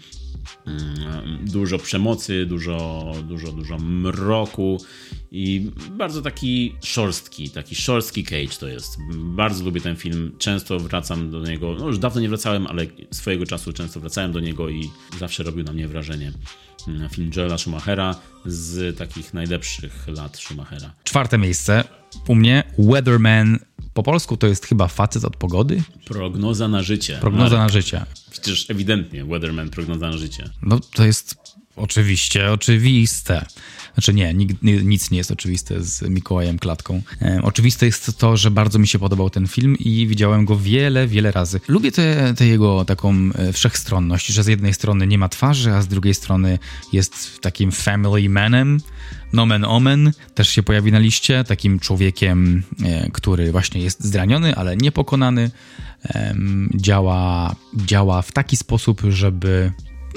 dużo przemocy, dużo mroku i bardzo taki szorstki Cage to jest. Bardzo lubię ten film, często wracam do niego, no już dawno nie wracałem, ale swojego czasu często wracałem do niego i zawsze robił na mnie wrażenie. Film Joela Schumachera z takich najlepszych lat Schumachera. 4. miejsce u mnie Weatherman. Po polsku to jest chyba Facet od pogody? Prognoza na życie. Na życie. Przecież ewidentnie Weatherman, prognoza na życie. No to jest oczywiste. Znaczy nie, nic nie jest oczywiste z Mikołajem Klatką. Oczywiste jest to, że bardzo mi się podobał ten film i widziałem go wiele razy. Lubię tę jego taką wszechstronność, że z jednej strony nie ma twarzy, a z drugiej strony jest takim family manem. Nomen omen też się pojawi na liście, takim człowiekiem, który właśnie jest zraniony, ale niepokonany. Działa w taki sposób, żeby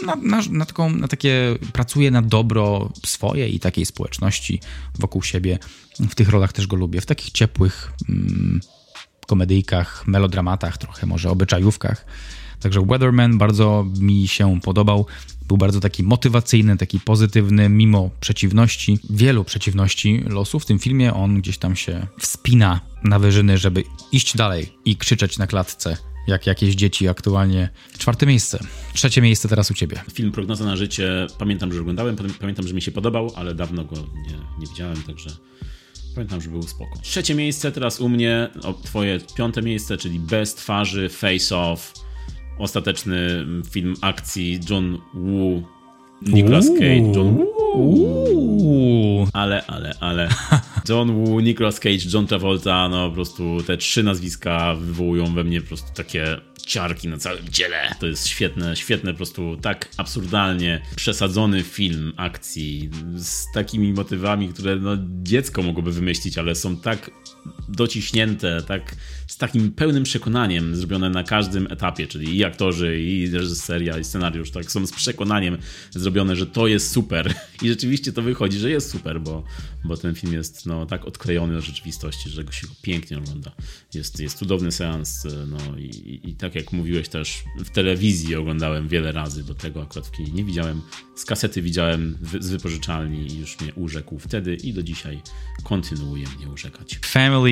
pracuje na dobro swoje i takiej społeczności wokół siebie. W tych rolach też go lubię. W takich ciepłych komedyjkach, melodramatach, trochę może obyczajówkach. Także Weatherman bardzo mi się podobał. Był bardzo taki motywacyjny, taki pozytywny, mimo przeciwności, wielu przeciwności losu. W tym filmie on gdzieś tam się wspina na wyżyny, żeby iść dalej i krzyczeć na klatce, jak jakieś dzieci aktualnie. 4. miejsce. 3. miejsce teraz u ciebie. Film Prognoza na życie. Pamiętam, że oglądałem, pamiętam, że mi się podobał, ale dawno go nie widziałem, także pamiętam, że był spoko. 3. miejsce teraz u mnie, twoje 5. miejsce, czyli Bez twarzy, Face Off. Ostateczny film akcji John Woo, Nicolas Cage, John Woo. Ale John Woo, Nicolas Cage, John Travolta, no po prostu te 3 nazwiska wywołują we mnie po prostu takie ciarki na całym ciele. To jest świetne po prostu tak absurdalnie przesadzony film akcji z takimi motywami, które no dziecko mogłoby wymyślić, ale są tak dociśnięte, tak z takim pełnym przekonaniem zrobione na każdym etapie, czyli i aktorzy, i reżyseria, i scenariusz, tak są z przekonaniem zrobione, że to jest super i rzeczywiście to wychodzi, że jest super, bo ten film jest no, tak odklejony od rzeczywistości, że go się pięknie ogląda. Jest cudowny seans, no i tak jak mówiłeś też, w telewizji oglądałem wiele razy, bo tego akurat w kinie nie widziałem. Z kasety widziałem z wypożyczalni i już mnie urzekł wtedy i do dzisiaj kontynuuje mnie urzekać. Family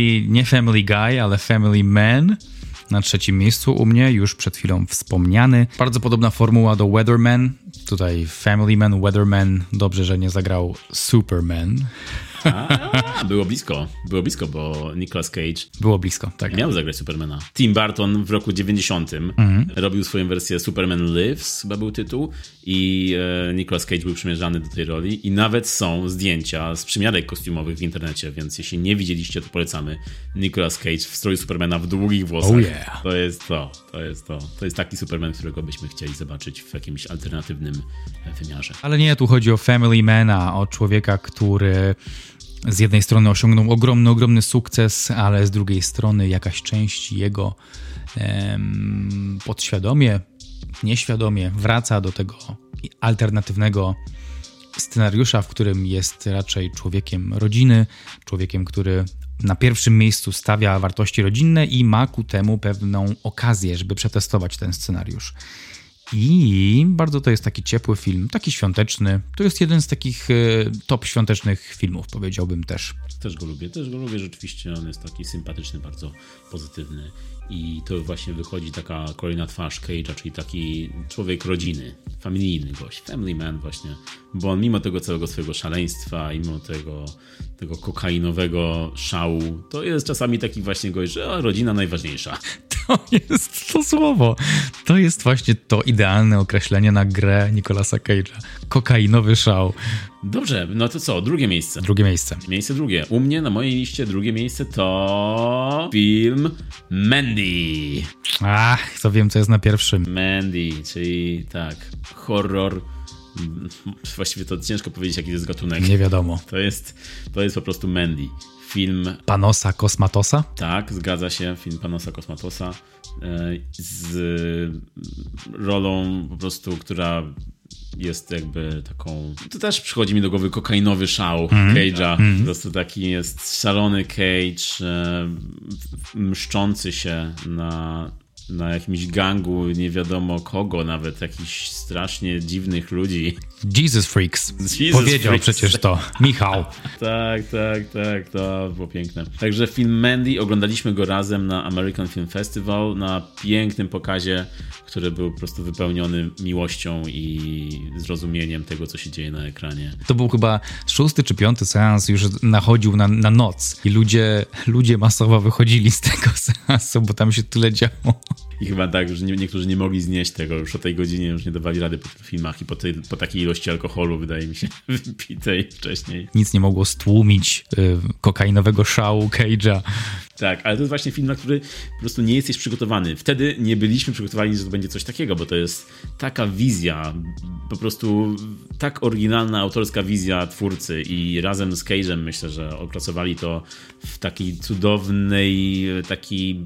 nie Family Guy, ale Family Man. Na trzecim miejscu u mnie, już przed chwilą wspomniany. Bardzo podobna formuła do Weatherman. Tutaj Family Man, Weatherman. Dobrze, że nie zagrał Superman. Było blisko, bo Nicolas Cage było blisko, tak. Miał zagrać Supermana. Tim Burton w roku 90 robił swoją wersję Superman Lives, chyba był tytuł, i Nicolas Cage był przymierzany do tej roli i nawet są zdjęcia z przymiarek kostiumowych w internecie, więc jeśli nie widzieliście, to polecamy. Nicolas Cage w stroju Supermana w długich włosach. Oh yeah. To jest taki Superman, którego byśmy chcieli zobaczyć w jakimś alternatywnym wymiarze. Ale nie, tu chodzi o Family Mana, o człowieka, który z jednej strony osiągnął ogromny sukces, ale z drugiej strony jakaś część jego podświadomie, nieświadomie wraca do tego alternatywnego scenariusza, w którym jest raczej człowiekiem rodziny, człowiekiem, który na pierwszym miejscu stawia wartości rodzinne i ma ku temu pewną okazję, żeby przetestować ten scenariusz. I bardzo to jest taki ciepły film, taki świąteczny. To jest jeden z takich top świątecznych filmów, powiedziałbym też. Też go lubię, rzeczywiście on jest taki sympatyczny, bardzo pozytywny i to właśnie wychodzi taka kolejna twarz Cage'a, czyli taki człowiek rodziny, familijny gość, family man właśnie, bo on mimo tego całego swojego szaleństwa, mimo tego kokainowego szału, to jest czasami taki właśnie gość, że rodzina najważniejsza. To jest to słowo. To jest właśnie to idealne określenie na grę Nicolasa Cage'a. Kokainowy szał. Dobrze, no to co? Drugie miejsce. Miejsce drugie. U mnie na mojej liście drugie miejsce to film Mandy. To wiem, co jest na pierwszym. Mandy, czyli tak, horror. Właściwie to ciężko powiedzieć, jaki to jest gatunek. Nie wiadomo. To jest po prostu Mandy. Film Panosa Kosmatosa? Tak, zgadza się. Film Panosa Kosmatosa z rolą po prostu, która jest jakby taką... To też przychodzi mi do głowy kokainowy szał Cage'a. Po prostu taki jest szalony Cage, mszczący się na jakimś gangu, nie wiadomo kogo, nawet jakichś strasznie dziwnych ludzi. Jesus Freaks. Powiedział przecież to. Michał. Tak, to było piękne. Także film Mandy, oglądaliśmy go razem na American Film Festival, na pięknym pokazie, który był po prostu wypełniony miłością i zrozumieniem tego, co się dzieje na ekranie. To był chyba 6. czy 5. seans, już nachodził na noc i ludzie masowo wychodzili z tego seansu, bo tam się tyle działo. I chyba tak, że niektórzy nie mogli znieść tego, już o tej godzinie już nie dawali rady po tych filmach i po takiej ilości alkoholu, wydaje mi się, wypitej wcześniej. Nic nie mogło stłumić kokainowego szału Cage'a. Tak, ale to jest właśnie film, na który po prostu nie jesteś przygotowany. Wtedy nie byliśmy przygotowani, że to będzie coś takiego, bo to jest taka wizja, po prostu tak oryginalna, autorska wizja twórcy i razem z Cage'em myślę, że opracowali to w takiej cudownej, takiej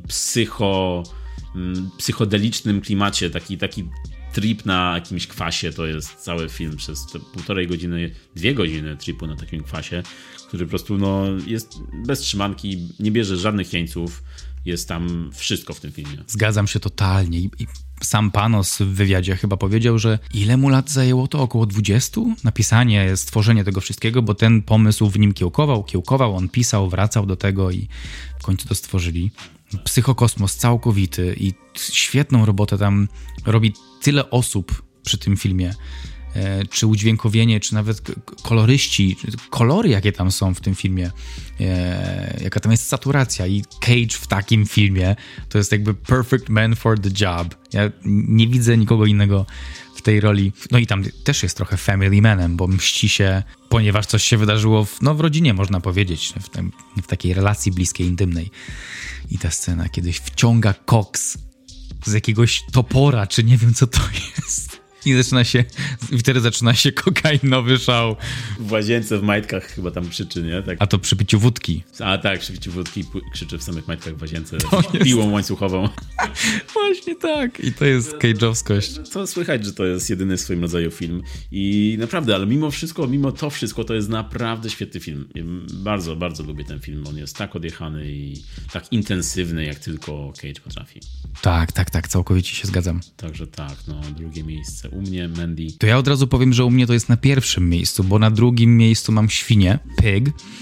psychodelicznym klimacie, taki trip na jakimś kwasie, to jest cały film przez te 1,5 godziny, 2 godziny tripu na takim kwasie, który po prostu jest bez trzymanki, nie bierze żadnych jeńców, jest tam wszystko w tym filmie. Zgadzam się totalnie i sam Panos w wywiadzie chyba powiedział, że ile mu lat zajęło to? Około 20? Napisanie, stworzenie tego wszystkiego, bo ten pomysł w nim kiełkował, on pisał, wracał do tego i w końcu to stworzyli. Psychokosmos całkowity i świetną robotę tam robi tyle osób przy tym filmie, czy udźwiękowienie, czy nawet koloryści, kolory jakie tam są w tym filmie, jaka tam jest saturacja i Cage w takim filmie to jest jakby perfect man for the job. Ja nie widzę nikogo innego w tej roli. No i tam też jest trochę family manem, bo mści się, ponieważ coś się wydarzyło w rodzinie, można powiedzieć, w takiej relacji bliskiej, intymnej. I ta scena, kiedyś wciąga koks z jakiegoś topora, czy nie wiem co to jest. I wtedy zaczyna się kokainowy szał. W łazience w majtkach chyba tam krzyczy, nie? Tak. A to przy piciu wódki. A tak, przy piciu wódki krzyczy w samych majtkach w łazience piłą łańcuchową. Właśnie tak. I to jest cage'owskość. Co słychać, że to jest jedyny w swoim rodzaju film. I naprawdę, ale mimo to wszystko, to jest naprawdę świetny film. Bardzo, bardzo lubię ten film. On jest tak odjechany i tak intensywny, jak tylko Cage potrafi. Tak, całkowicie się zgadzam. Także drugie miejsce. U mnie Mandy. To ja od razu powiem, że u mnie to jest na pierwszym miejscu, bo na drugim miejscu mam Świnię, Pig.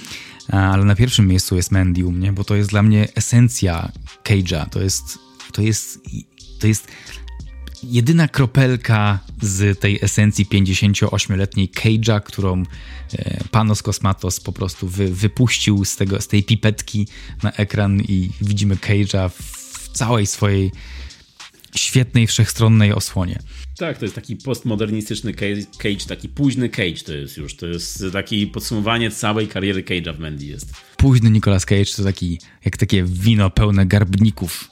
ale na pierwszym miejscu jest Mandy u mnie, bo to jest dla mnie esencja Cage'a. To jest jedyna kropelka z tej esencji 58-letniej Cage'a, którą Panos Cosmatos po prostu wypuścił z tej pipetki na ekran i widzimy Cage'a w całej swojej świetnej, wszechstronnej osłonie. Tak, to jest taki postmodernistyczny Cage, taki późny Cage to jest takie podsumowanie całej kariery Cage'a w Mandy jest. Późny Nicolas Cage to taki, jak takie wino pełne garbników.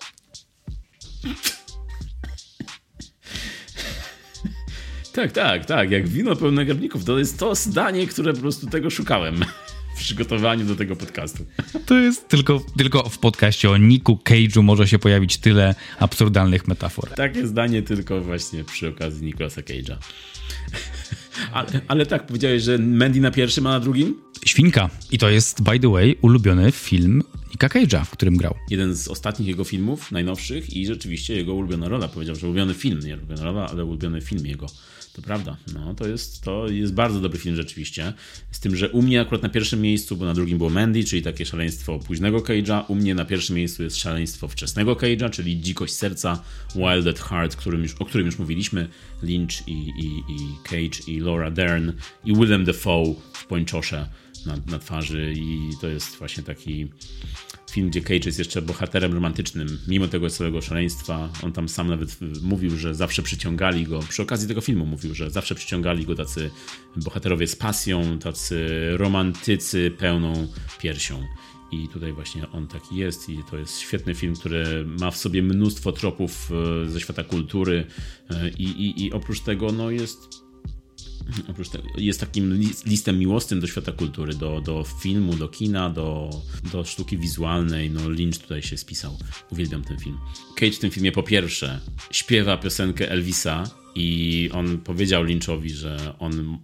Tak, jak wino pełne garbników. To jest to zdanie, które po prostu tego szukałem w przygotowaniu do tego podcastu. To jest tylko w podcaście o Nicu Cage'u może się pojawić tyle absurdalnych metafor. Takie zdanie tylko właśnie przy okazji Nicolasa Cage'a. Ale tak, powiedziałeś, że Mandy na pierwszym, a na drugim? Świnka. I to jest, by the way, ulubiony film Nica Cage'a, w którym grał. Jeden z ostatnich jego filmów, najnowszych i rzeczywiście jego ulubiona rola. Powiedział, że ulubiony film, nie ulubiona rola, ale ulubiony film jego. To prawda. No, to jest bardzo dobry film rzeczywiście. Z tym, że u mnie akurat na pierwszym miejscu, bo na drugim było Mandy, czyli takie szaleństwo późnego Cage'a. U mnie na pierwszym miejscu jest szaleństwo wczesnego Cage'a, czyli Dzikość serca, Wild at Heart, o którym już mówiliśmy. Lynch i Cage i Laura Dern i Willem Dafoe w pończosze na twarzy i to jest właśnie taki film, gdzie Cage jest jeszcze bohaterem romantycznym, mimo tego całego szaleństwa. On tam sam nawet mówił, że zawsze przyciągali go, przy okazji tego filmu mówił, że zawsze przyciągali go tacy bohaterowie z pasją, tacy romantycy pełną piersią. I tutaj właśnie on taki jest i to jest świetny film, który ma w sobie mnóstwo tropów ze świata kultury i oprócz tego no jest takim listem miłosnym do świata kultury, do filmu, do kina, do sztuki wizualnej. No Lynch tutaj się spisał. Uwielbiam ten film. Cage w tym filmie po pierwsze śpiewa piosenkę Elvisa i on powiedział Lynchowi, że on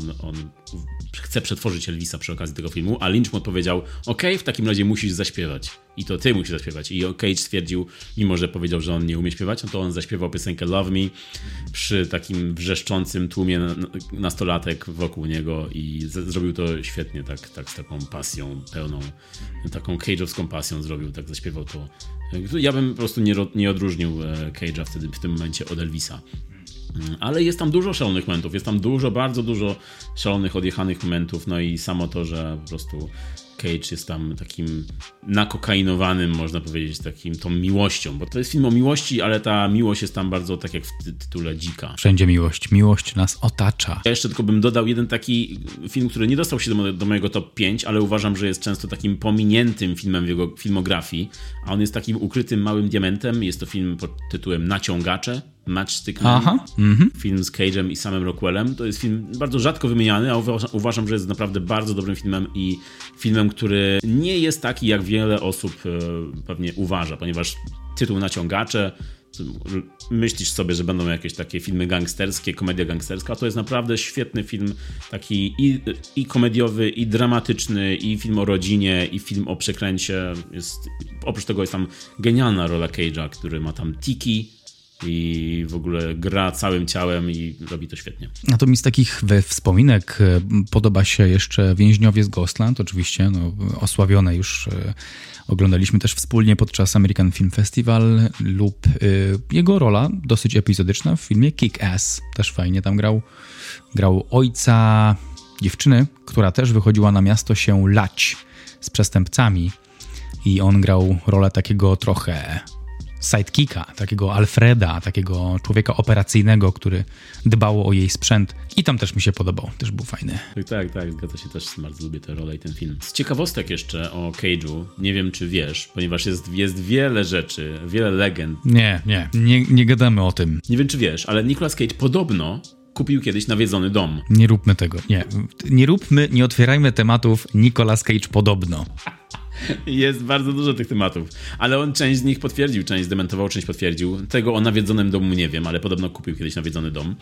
chce przetworzyć Elvisa przy okazji tego filmu, a Lynch mu odpowiedział: okej, w takim razie musisz zaśpiewać. I to ty musisz zaśpiewać. I Cage stwierdził, mimo że powiedział, że on nie umie śpiewać, no to on zaśpiewał piosenkę Love Me przy takim wrzeszczącym tłumie nastolatek wokół niego i zrobił to świetnie, tak z taką pasją pełną, taką Cage'owską pasją zrobił, tak zaśpiewał to. Ja bym po prostu nie odróżnił Cage'a wtedy w tym momencie od Elvisa. Ale jest tam dużo szalonych momentów, jest tam bardzo dużo szalonych, odjechanych momentów, no i samo to, że po prostu Cage jest tam takim nakokainowanym, można powiedzieć, takim tą miłością, bo to jest film o miłości, ale ta miłość jest tam bardzo, tak jak w tytule, dzika. Wszędzie miłość nas otacza. Ja jeszcze tylko bym dodał jeden taki film, który nie dostał się do mojego top 5, ale uważam, że jest często takim pominiętym filmem w jego filmografii, a on jest takim ukrytym małym diamentem. Jest to film pod tytułem Naciągacze, Matchstick Man. Film z Cage'em i samym Rockwellem. To jest film bardzo rzadko wymieniany, a uważam, że jest naprawdę bardzo dobrym filmem i filmem, który nie jest taki, jak wiele osób pewnie uważa, ponieważ tytuł Naciągacze, myślisz sobie, że będą jakieś takie filmy gangsterskie, komedia gangsterska, a to jest naprawdę świetny film, taki i komediowy, i dramatyczny, i film o rodzinie, i film o przekręcie. Oprócz tego jest tam genialna rola Cage'a, który ma tam tiki i w ogóle gra całym ciałem i robi to świetnie. A to mi z takich wspominek podoba się jeszcze Więźniowie z Ghostland, oczywiście osławione już oglądaliśmy też wspólnie podczas American Film Festival, lub jego rola dosyć epizodyczna w filmie Kick-Ass. Też fajnie tam grał ojca dziewczyny, która też wychodziła na miasto się lać z przestępcami i on grał rolę takiego trochę sidekicka, takiego Alfreda, takiego człowieka operacyjnego, który dbał o jej sprzęt i tam też mi się podobał, też był fajny. Tak, zgadza się, też bardzo lubię tę rolę i ten film. Z ciekawostek jeszcze o Cage'u, nie wiem czy wiesz, ponieważ jest wiele rzeczy, wiele legend. Nie gadamy o tym. Nie wiem czy wiesz, ale Nicolas Cage podobno kupił kiedyś nawiedzony dom. Nie róbmy tego, nie otwierajmy tematów Nicolas Cage podobno. Jest bardzo dużo tych tematów, ale on część z nich potwierdził, część zdementował, część potwierdził. Tego o nawiedzonym domu nie wiem, ale podobno kupił kiedyś nawiedzony dom.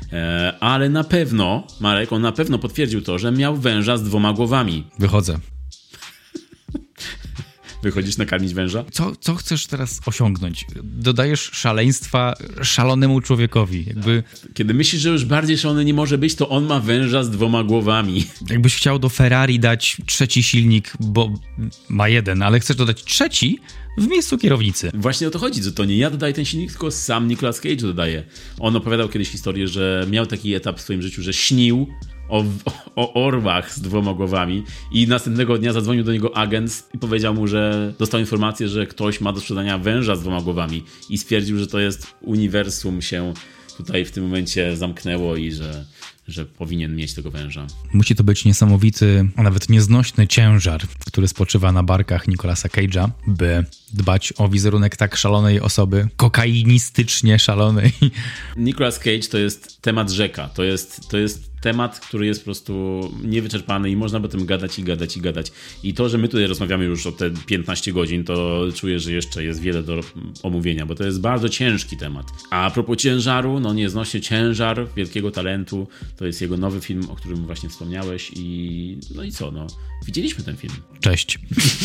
Ale na pewno, Marek, on na pewno potwierdził to, że miał węża z 2 głowami. Wychodzę. Wychodzisz nakarmić węża? Co chcesz teraz osiągnąć? Dodajesz szaleństwa szalonemu człowiekowi. Kiedy myślisz, że już bardziej szalony nie może być, to on ma węża z 2 głowami. Jakbyś chciał do Ferrari dać 3 silnik, bo ma 1, ale chcesz dodać 3 w miejscu kierownicy. Właśnie o to chodzi, że to nie ja dodaję ten silnik, tylko sam Nicolas Cage dodaje. On opowiadał kiedyś historię, że miał taki etap w swoim życiu, że śnił o orłach z 2 głowami i następnego dnia zadzwonił do niego agent i powiedział mu, że dostał informację, że ktoś ma do sprzedania węża z 2 głowami i stwierdził, że to jest uniwersum się tutaj w tym momencie zamknęło i że powinien mieć tego węża. Musi to być niesamowity, a nawet nieznośny ciężar, który spoczywa na barkach Nicolasa Cage'a, by dbać o wizerunek tak szalonej osoby, kokainistycznie szalonej. Nicolas Cage to jest temat rzeka. To jest temat, który jest po prostu niewyczerpany i można by o tym gadać i gadać i gadać. I to, że my tutaj rozmawiamy już o te 15 godzin, to czuję, że jeszcze jest wiele do omówienia, bo to jest bardzo ciężki temat. A propos ciężaru, no nieznośnie ciężar wielkiego talentu, to jest jego nowy film, o którym właśnie wspomniałeś i no i co, no widzieliśmy ten film. Cześć.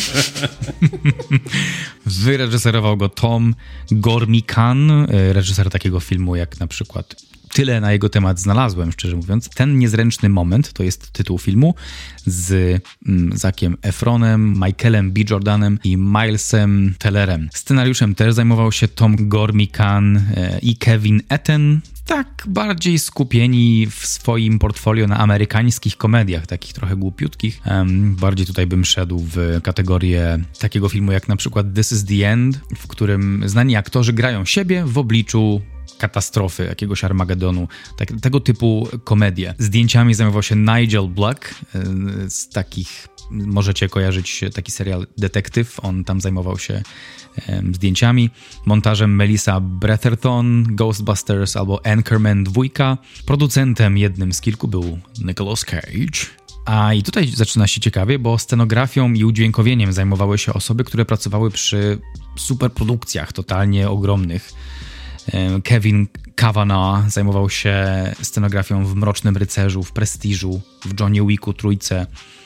Wyreżyserował go Tom Gormican, reżyser takiego filmu jak na przykład Tyle na jego temat znalazłem, szczerze mówiąc. Ten niezręczny moment to jest tytuł filmu z Zackiem Efronem, Michaelem B. Jordanem i Milesem Tellerem. Scenariuszem też zajmował się Tom Gormican i Kevin Etten. Tak bardziej skupieni w swoim portfolio na amerykańskich komediach, takich trochę głupiutkich. Bardziej tutaj bym szedł w kategorię takiego filmu jak na przykład This is the End, w którym znani aktorzy grają siebie w obliczu katastrofy, jakiegoś Armagedonu, tego typu komedie. Zdjęciami zajmował się Nigel Black, z takich możecie kojarzyć taki serial Detektyw, on tam zajmował się zdjęciami. Montażem Melissa Bretherton, Ghostbusters albo Anchorman 2. Producentem jednym z kilku był Nicolas Cage. A i tutaj zaczyna się ciekawie, bo scenografią i udźwiękowieniem zajmowały się osoby, które pracowały przy superprodukcjach totalnie ogromnych. Kevin Cavanagh zajmował się scenografią w Mrocznym Rycerzu, w Prestiżu, w Johnie Wicku trójce,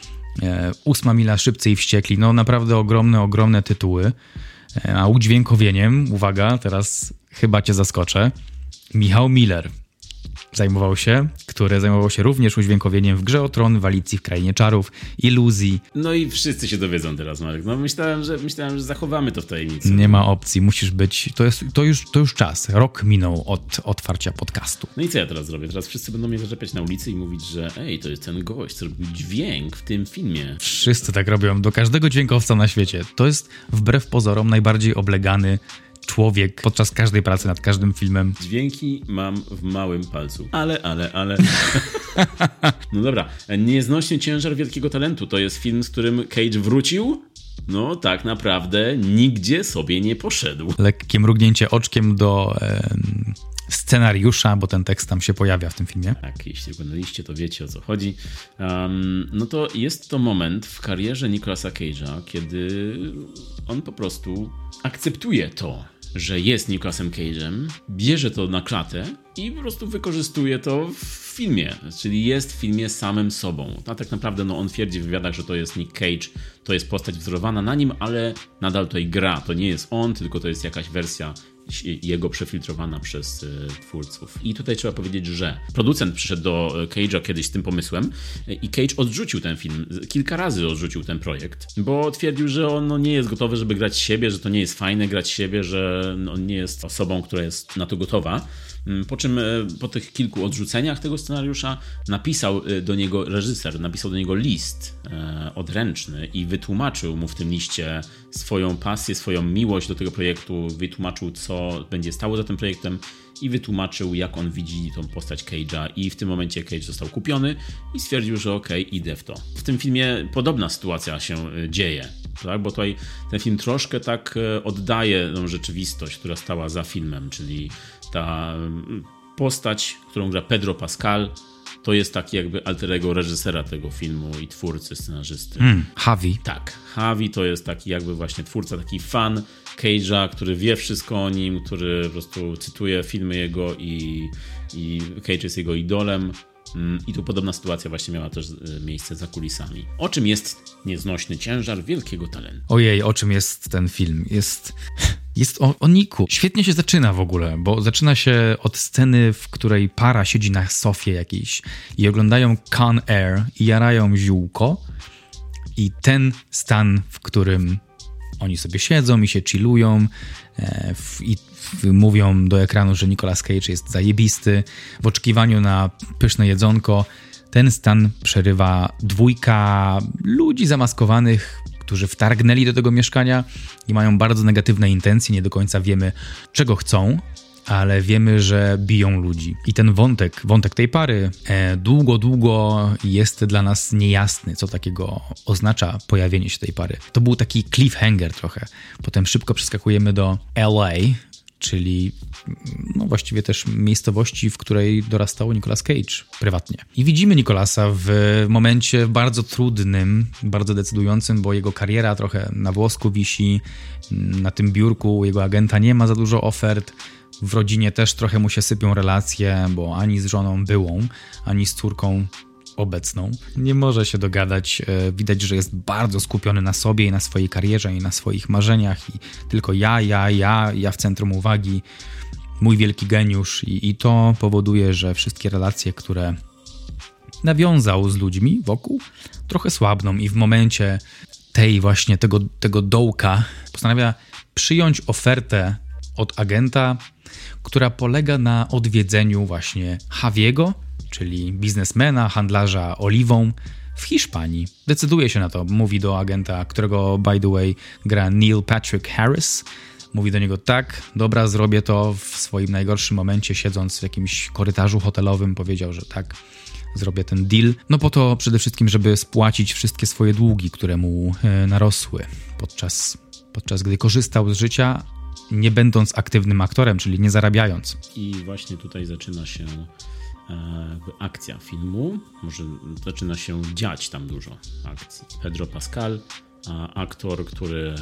8 mila, Szybcy i Wściekli. No naprawdę ogromne tytuły. A udźwiękowieniem, uwaga, teraz chyba cię zaskoczę, Michał Miller zajmował się również udźwiękowieniem w Grze o Tron, w Alicji w Krainie Czarów, Iluzji. No i wszyscy się dowiedzą teraz, Marek. No myślałem, że zachowamy to w tajemnicy. Nie ma opcji, musisz być, to już czas. Rok minął od otwarcia podcastu. No i co ja teraz zrobię? Teraz wszyscy będą mnie zaczepiać na ulicy i mówić, że to jest ten gość, co robił dźwięk w tym filmie. Wszyscy tak robią, do każdego dźwiękowca na świecie. To jest wbrew pozorom najbardziej oblegany człowiek podczas każdej pracy nad każdym filmem. Dźwięki mam w małym palcu. Ale. No dobra. Nieznośny ciężar wielkiego talentu. To jest film, z którym Cage wrócił. No tak naprawdę nigdzie sobie nie poszedł. Lekkie mrugnięcie oczkiem do scenariusza, bo ten tekst tam się pojawia w tym filmie. Tak, jeśli oglądaliście, to wiecie, o co chodzi. No to jest to moment w karierze Nicolasa Cage'a, kiedy on po prostu akceptuje to, że jest Nicolasem Cage'em, bierze to na klatę i po prostu wykorzystuje to w filmie, czyli jest w filmie samym sobą. A tak naprawdę on twierdzi w wywiadach, że to jest Nick Cage, to jest postać wzorowana na nim, ale nadal tutaj gra. To nie jest on, tylko to jest jakaś wersja jego przefiltrowana przez twórców. I tutaj trzeba powiedzieć, że producent przyszedł do Cage'a kiedyś z tym pomysłem i Cage odrzucił ten film. Kilka razy odrzucił ten projekt, bo twierdził, że on nie jest gotowy, żeby grać siebie, że to nie jest fajne grać siebie, że on nie jest osobą, która jest na to gotowa. Po czym po tych kilku odrzuceniach tego scenariusza napisał do niego list odręczny i wytłumaczył mu w tym liście swoją pasję, swoją miłość do tego projektu, wytłumaczył, co będzie stało za tym projektem i wytłumaczył, jak on widzi tą postać Cage'a i w tym momencie Cage został kupiony i stwierdził, że idę w to. W tym filmie podobna sytuacja się dzieje, tak? Bo tutaj ten film troszkę tak oddaje tą rzeczywistość, która stała za filmem, czyli ta postać, którą gra Pedro Pascal, to jest taki jakby alter ego reżysera tego filmu i twórcy, scenarzysty. Javi. Tak, Javi to jest taki jakby właśnie twórca, taki fan Cage'a, który wie wszystko o nim, który po prostu cytuje filmy jego i Cage jest jego idolem. I tu podobna sytuacja właśnie miała też miejsce za kulisami. O czym jest nieznośny ciężar wielkiego talentu? Ojej, o czym jest ten film? Jest o Niku. Świetnie się zaczyna w ogóle, bo zaczyna się od sceny, w której para siedzi na sofie jakiejś i oglądają Con Air i jarają ziółko. I ten stan, w którym oni sobie siedzą i się chillują i mówią do ekranu, że Nicolas Cage jest zajebisty w oczekiwaniu na pyszne jedzonko. Ten stan przerywa dwójka ludzi zamaskowanych, którzy wtargnęli do tego mieszkania i mają bardzo negatywne intencje. Nie do końca wiemy, czego chcą, ale wiemy, że biją ludzi. I ten wątek tej pary długo jest dla nas niejasny, co takiego oznacza pojawienie się tej pary. To był taki cliffhanger trochę. Potem szybko przeskakujemy do LA, czyli no właściwie też miejscowości, w której dorastał Nicolas Cage prywatnie. I widzimy Nicolasa w momencie bardzo trudnym, bardzo decydującym, bo jego kariera trochę na włosku wisi, na tym biurku jego agenta nie ma za dużo ofert, w rodzinie też trochę mu się sypią relacje, bo ani z żoną byłą, ani z córką obecną nie może się dogadać. Widać, że jest bardzo skupiony na sobie i na swojej karierze i na swoich marzeniach i tylko ja w centrum uwagi, mój wielki geniusz i to powoduje, że wszystkie relacje, które nawiązał z ludźmi wokół, trochę słabną i w momencie tej właśnie tego dołka postanawia przyjąć ofertę od agenta, która polega na odwiedzeniu właśnie Javiego, czyli biznesmena, handlarza oliwą w Hiszpanii. Decyduje się na to. Mówi do agenta, którego by the way gra Neil Patrick Harris. Mówi do niego: tak, dobra, zrobię to. W swoim najgorszym momencie, siedząc w jakimś korytarzu hotelowym, powiedział, że tak, zrobię ten deal. No po to przede wszystkim, żeby spłacić wszystkie swoje długi, które mu narosły podczas gdy korzystał z życia, nie będąc aktywnym aktorem, czyli nie zarabiając. I właśnie tutaj zaczyna się akcja filmu. Może zaczyna się dziać tam dużo akcji. Pedro Pascal, aktor, który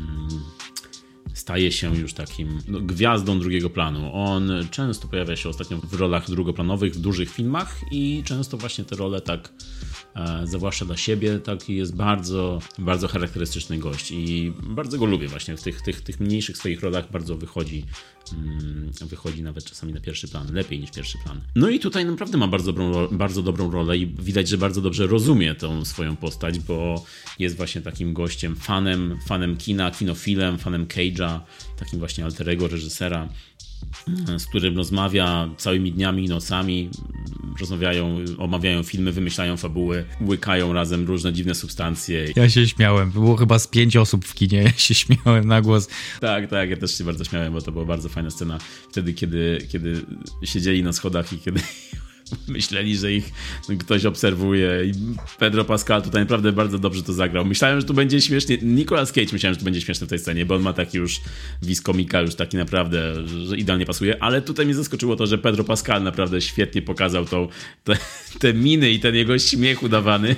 staje się już takim gwiazdą drugiego planu. On często pojawia się ostatnio w rolach drugoplanowych, w dużych filmach i często właśnie te role tak zawłaszcza dla siebie, taki jest bardzo, bardzo charakterystyczny gość i bardzo go lubię właśnie w tych mniejszych swoich rolach, bardzo wychodzi nawet czasami na pierwszy plan, lepiej niż pierwszy plan. No i tutaj naprawdę ma bardzo dobrą rolę i widać, że bardzo dobrze rozumie tą swoją postać, bo jest właśnie takim gościem, fanem kina, kinofilem, fanem Cage'a, takim właśnie alter ego reżysera, z którym rozmawia całymi dniami i nocami, rozmawiają, omawiają filmy, wymyślają fabuły, łykają razem różne dziwne substancje. Ja się śmiałem, było chyba z 5 osób w kinie, ja się śmiałem na głos. Tak, ja też się bardzo śmiałem, bo to była bardzo fajna scena wtedy, kiedy siedzieli na schodach i kiedy myśleli, że ich ktoś obserwuje i Pedro Pascal tutaj naprawdę bardzo dobrze to zagrał. Myślałem, że tu będzie śmiesznie. Nicolas Cage myślałem, że tu będzie śmieszny w tej scenie, bo on ma taki już wis komika, już taki naprawdę, że idealnie pasuje, ale tutaj mnie zaskoczyło to, że Pedro Pascal naprawdę świetnie pokazał te miny i ten jego śmiech udawany.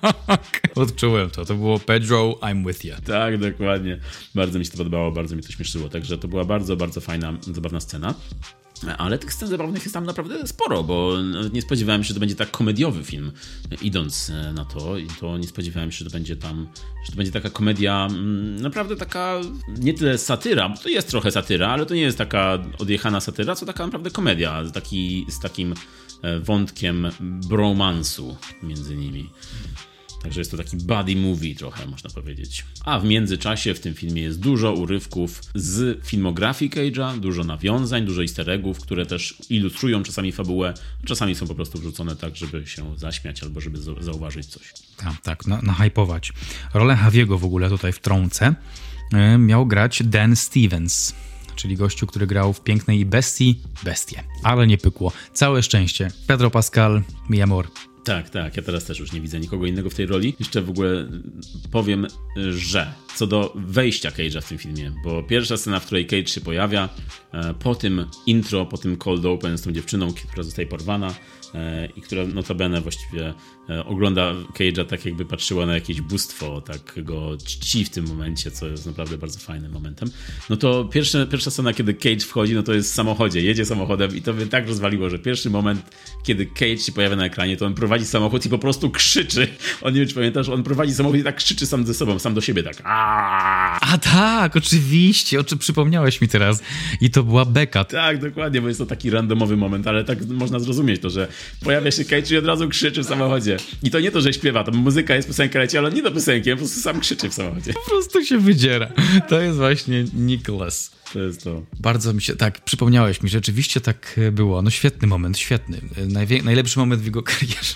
Odczułem to było Pedro, I'm with you. Tak, dokładnie. Bardzo mi się to podobało, bardzo mi to śmieszyło, także to była bardzo, bardzo fajna, zabawna scena. Ale tych scen zabawnych jest tam naprawdę sporo, bo nie spodziewałem się, że to będzie tak komediowy film. Idąc na to, nie spodziewałem się, że to będzie taka komedia, naprawdę taka, nie tyle satyra, bo to jest trochę satyra, ale to nie jest taka odjechana satyra, co taka naprawdę komedia z takim wątkiem bromansu między nimi. Także jest to taki buddy movie trochę, można powiedzieć. A w międzyczasie w tym filmie jest dużo urywków z filmografii Cage'a, dużo nawiązań, dużo easter eggów, które też ilustrują czasami fabułę, czasami są po prostu wrzucone tak, żeby się zaśmiać albo żeby zauważyć coś. Tak, nahypować. Rolę Javiego w ogóle tutaj wtrącę. Miał grać Dan Stevens, czyli gościu, który grał w Pięknej Bestii, Bestie. Ale nie pykło. Całe szczęście. Pedro Pascal, mi amor. Tak, ja teraz też już nie widzę nikogo innego w tej roli. Jeszcze w ogóle powiem, że co do wejścia Cage'a w tym filmie, bo pierwsza scena, w której Cage się pojawia, po tym intro, po tym cold open z tą dziewczyną, która zostaje porwana i która notabene właściwie ogląda Cage'a tak, jakby patrzyła na jakieś bóstwo, tak go czci w tym momencie, co jest naprawdę bardzo fajnym momentem. No to pierwsza scena, kiedy Cage wchodzi, no to jest w samochodzie, jedzie samochodem i to mnie tak rozwaliło, że pierwszy moment, kiedy Cage się pojawia na ekranie, to on prowadzi samochód i po prostu krzyczy. On, nie wiem, czy pamiętasz, on prowadzi samochód i tak krzyczy sam ze sobą, sam do siebie, tak. A tak, oczywiście, o czym przypomniałeś mi teraz. I to była beka. Tak, dokładnie, bo jest to taki randomowy moment, ale tak można zrozumieć to, że pojawia się Cage i od razu krzyczy w samochodzie. I to nie to, że śpiewa, to muzyka jest, piosenka leci, ale nie do piosenki, po prostu sam krzyczy w samochodzie. Po prostu się wydziera. To jest właśnie Nicholas. To jest to. Bardzo mi się, tak, przypomniałeś mi, rzeczywiście tak było. No świetny moment, świetny. Najlepszy moment w jego karierze.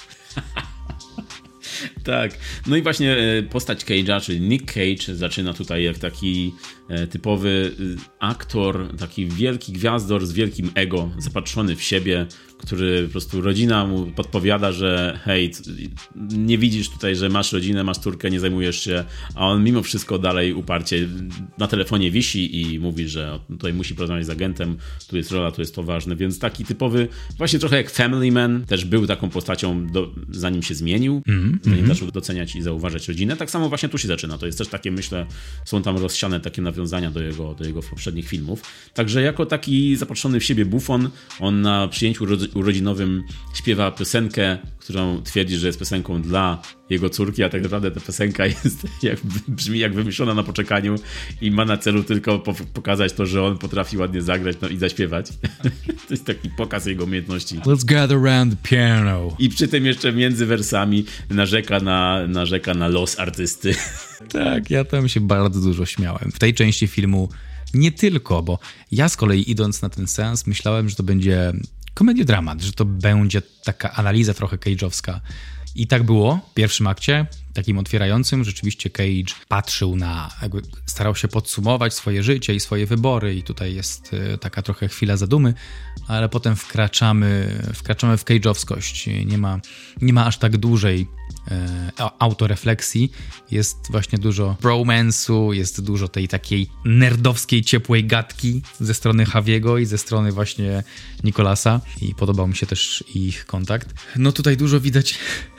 Tak. No i właśnie postać Cage'a, czyli Nick Cage, zaczyna tutaj jak taki typowy aktor, taki wielki gwiazdor z wielkim ego, zapatrzony w siebie, który po prostu rodzina mu podpowiada, że hej, nie widzisz tutaj, że masz rodzinę, masz córkę, nie zajmujesz się, a on mimo wszystko dalej uparcie na telefonie wisi i mówi, że tutaj musi porozmawiać z agentem, tu jest rola, tu jest to ważne, więc taki typowy, właśnie trochę jak Family Man, też był taką postacią, zanim się zmienił, zanim zaczął doceniać i zauważać rodzinę. Tak samo właśnie tu się zaczyna, to jest też takie, myślę, są tam rozsiane takie nawiązania do jego poprzednich filmów. Także jako taki zapatrzony w siebie bufon, on na przyjęciu urodzinowym śpiewa piosenkę, którą twierdzi, że jest piosenką dla jego córki, a tak naprawdę ta piosenka brzmi jak wymyślona na poczekaniu i ma na celu tylko pokazać to, że on potrafi ładnie zagrać i zaśpiewać. To jest taki pokaz jego umiejętności. Let's gather around the piano. I przy tym jeszcze między wersami narzeka na los artysty. Tak, ja tam się bardzo dużo śmiałem. W tej części filmu nie tylko, bo ja z kolei idąc na ten seans myślałem, że to będzie komediodramat, że to będzie taka analiza trochę cage'owska. I tak było w pierwszym akcie, takim otwierającym. Rzeczywiście Cage patrzył jakby starał się podsumować swoje życie i swoje wybory i tutaj jest taka trochę chwila zadumy, ale potem wkraczamy w cage'owskość. Nie ma aż tak dużej autorefleksji. Jest właśnie dużo bromance'u, jest dużo tej takiej nerdowskiej, ciepłej gadki ze strony Javiego i ze strony właśnie Nicholasa i podobał mi się też ich kontakt. No tutaj dużo widać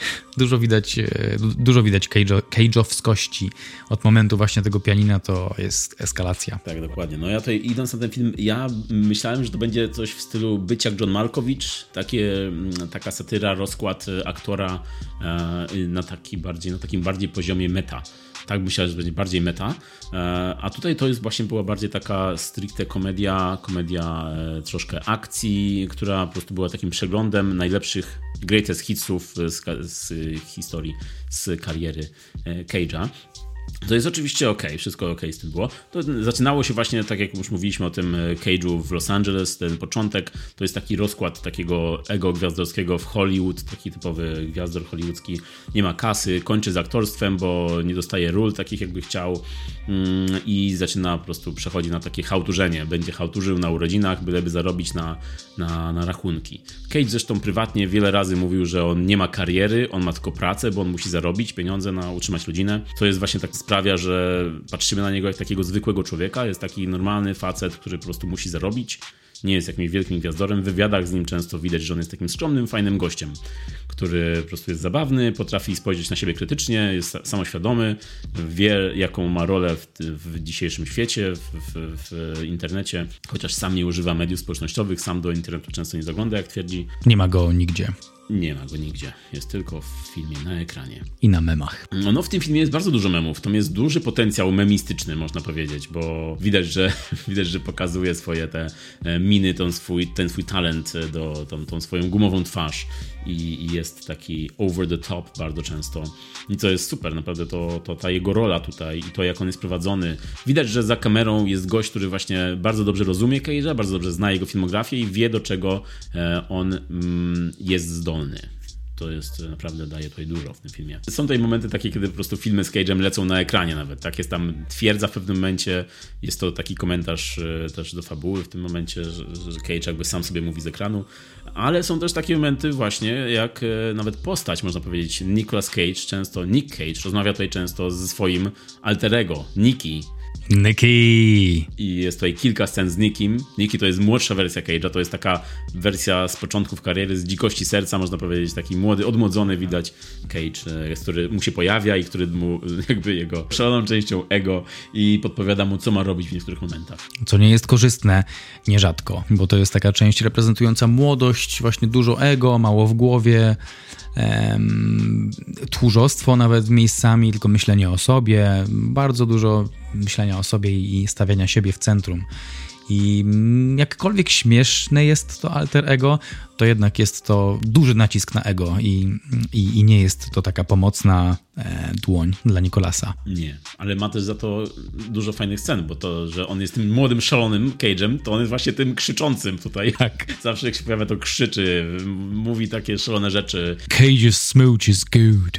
cage'owskości. Od momentu właśnie tego pianina to jest eskalacja. Tak, dokładnie. No ja tutaj idąc na ten film, ja myślałem, że to będzie coś w stylu Być jak John Malkovich, taka satyra, rozkład aktora na takim bardziej poziomie meta. Tak myślałem, że będzie bardziej meta, a tutaj to była bardziej taka stricte komedia troszkę akcji, która po prostu była takim przeglądem najlepszych greatest hitsów z historii, z kariery Cage'a. To jest oczywiście wszystko okej z tym było. To zaczynało się właśnie, tak jak już mówiliśmy o tym Cage'u w Los Angeles, ten początek, to jest taki rozkład takiego ego gwiazdorskiego w Hollywood, taki typowy gwiazdor hollywoodzki, nie ma kasy, kończy z aktorstwem, bo nie dostaje ról takich jakby chciał i zaczyna po prostu przechodzi na takie chałturzenie, będzie chałturzył na urodzinach, byleby zarobić na rachunki. Cage zresztą prywatnie wiele razy mówił, że on nie ma kariery, on ma tylko pracę, bo on musi zarobić pieniądze na utrzymać rodzinę. To jest właśnie tak sprawia, że patrzymy na niego jak takiego zwykłego człowieka, jest taki normalny facet, który po prostu musi zarobić, nie jest jakimś wielkim gwiazdorem. W wywiadach z nim często widać, że on jest takim skromnym, fajnym gościem, który po prostu jest zabawny, potrafi spojrzeć na siebie krytycznie, jest samoświadomy, wie jaką ma rolę w dzisiejszym świecie, w internecie, chociaż sam nie używa mediów społecznościowych, sam do internetu często nie zagląda, jak twierdzi. Nie ma go nigdzie. Nie ma go nigdzie. Jest tylko w filmie, na ekranie. I na memach. No w tym filmie jest bardzo dużo memów. To jest duży potencjał memistyczny, można powiedzieć, bo widać, że pokazuje swoje te miny, ten swój talent, tą swoją gumową twarz i jest taki over the top bardzo często. I co jest super, naprawdę to ta jego rola tutaj i to, jak on jest prowadzony. Widać, że za kamerą jest gość, który właśnie bardzo dobrze rozumie Cage'a, bardzo dobrze zna jego filmografię i wie, do czego on jest zdolny. to jest naprawdę, daje tutaj dużo w tym filmie. Są tutaj momenty takie, kiedy po prostu filmy z Cage'em lecą na ekranie nawet, tak? Jest tam twierdza w pewnym momencie, jest to taki komentarz też do fabuły w tym momencie, że Cage jakby sam sobie mówi z ekranu, ale są też takie momenty właśnie, jak nawet postać, można powiedzieć, Nicolas Cage, Nick Cage, rozmawia tutaj często ze swoim alter ego, Nicky. I jest tutaj kilka scen z Nickim. Nicky to jest młodsza wersja Cage'a, to jest taka wersja z początków kariery, z dzikości serca, można powiedzieć, taki młody, odmłodzony widać Cage, który mu się pojawia i który mu jakby jego szaloną częścią ego i podpowiada mu, co ma robić w niektórych momentach. Co nie jest korzystne nierzadko, bo to jest taka część reprezentująca młodość, właśnie dużo ego, mało w głowie, tchórzostwo nawet miejscami, tylko myślenie o sobie, bardzo dużo myślenia o sobie i stawiania siebie w centrum. I jakkolwiek śmieszne jest to alter ego, to jednak jest to duży nacisk na ego i nie jest to taka pomocna dłoń dla Nicolasa. Nie, ale ma też za to dużo fajnych scen, bo to, że on jest tym młodym, szalonym Cage'em, to on jest właśnie tym krzyczącym tutaj. Tak. Zawsze jak się pojawia, to krzyczy, mówi takie szalone rzeczy. Cage's smooch is good.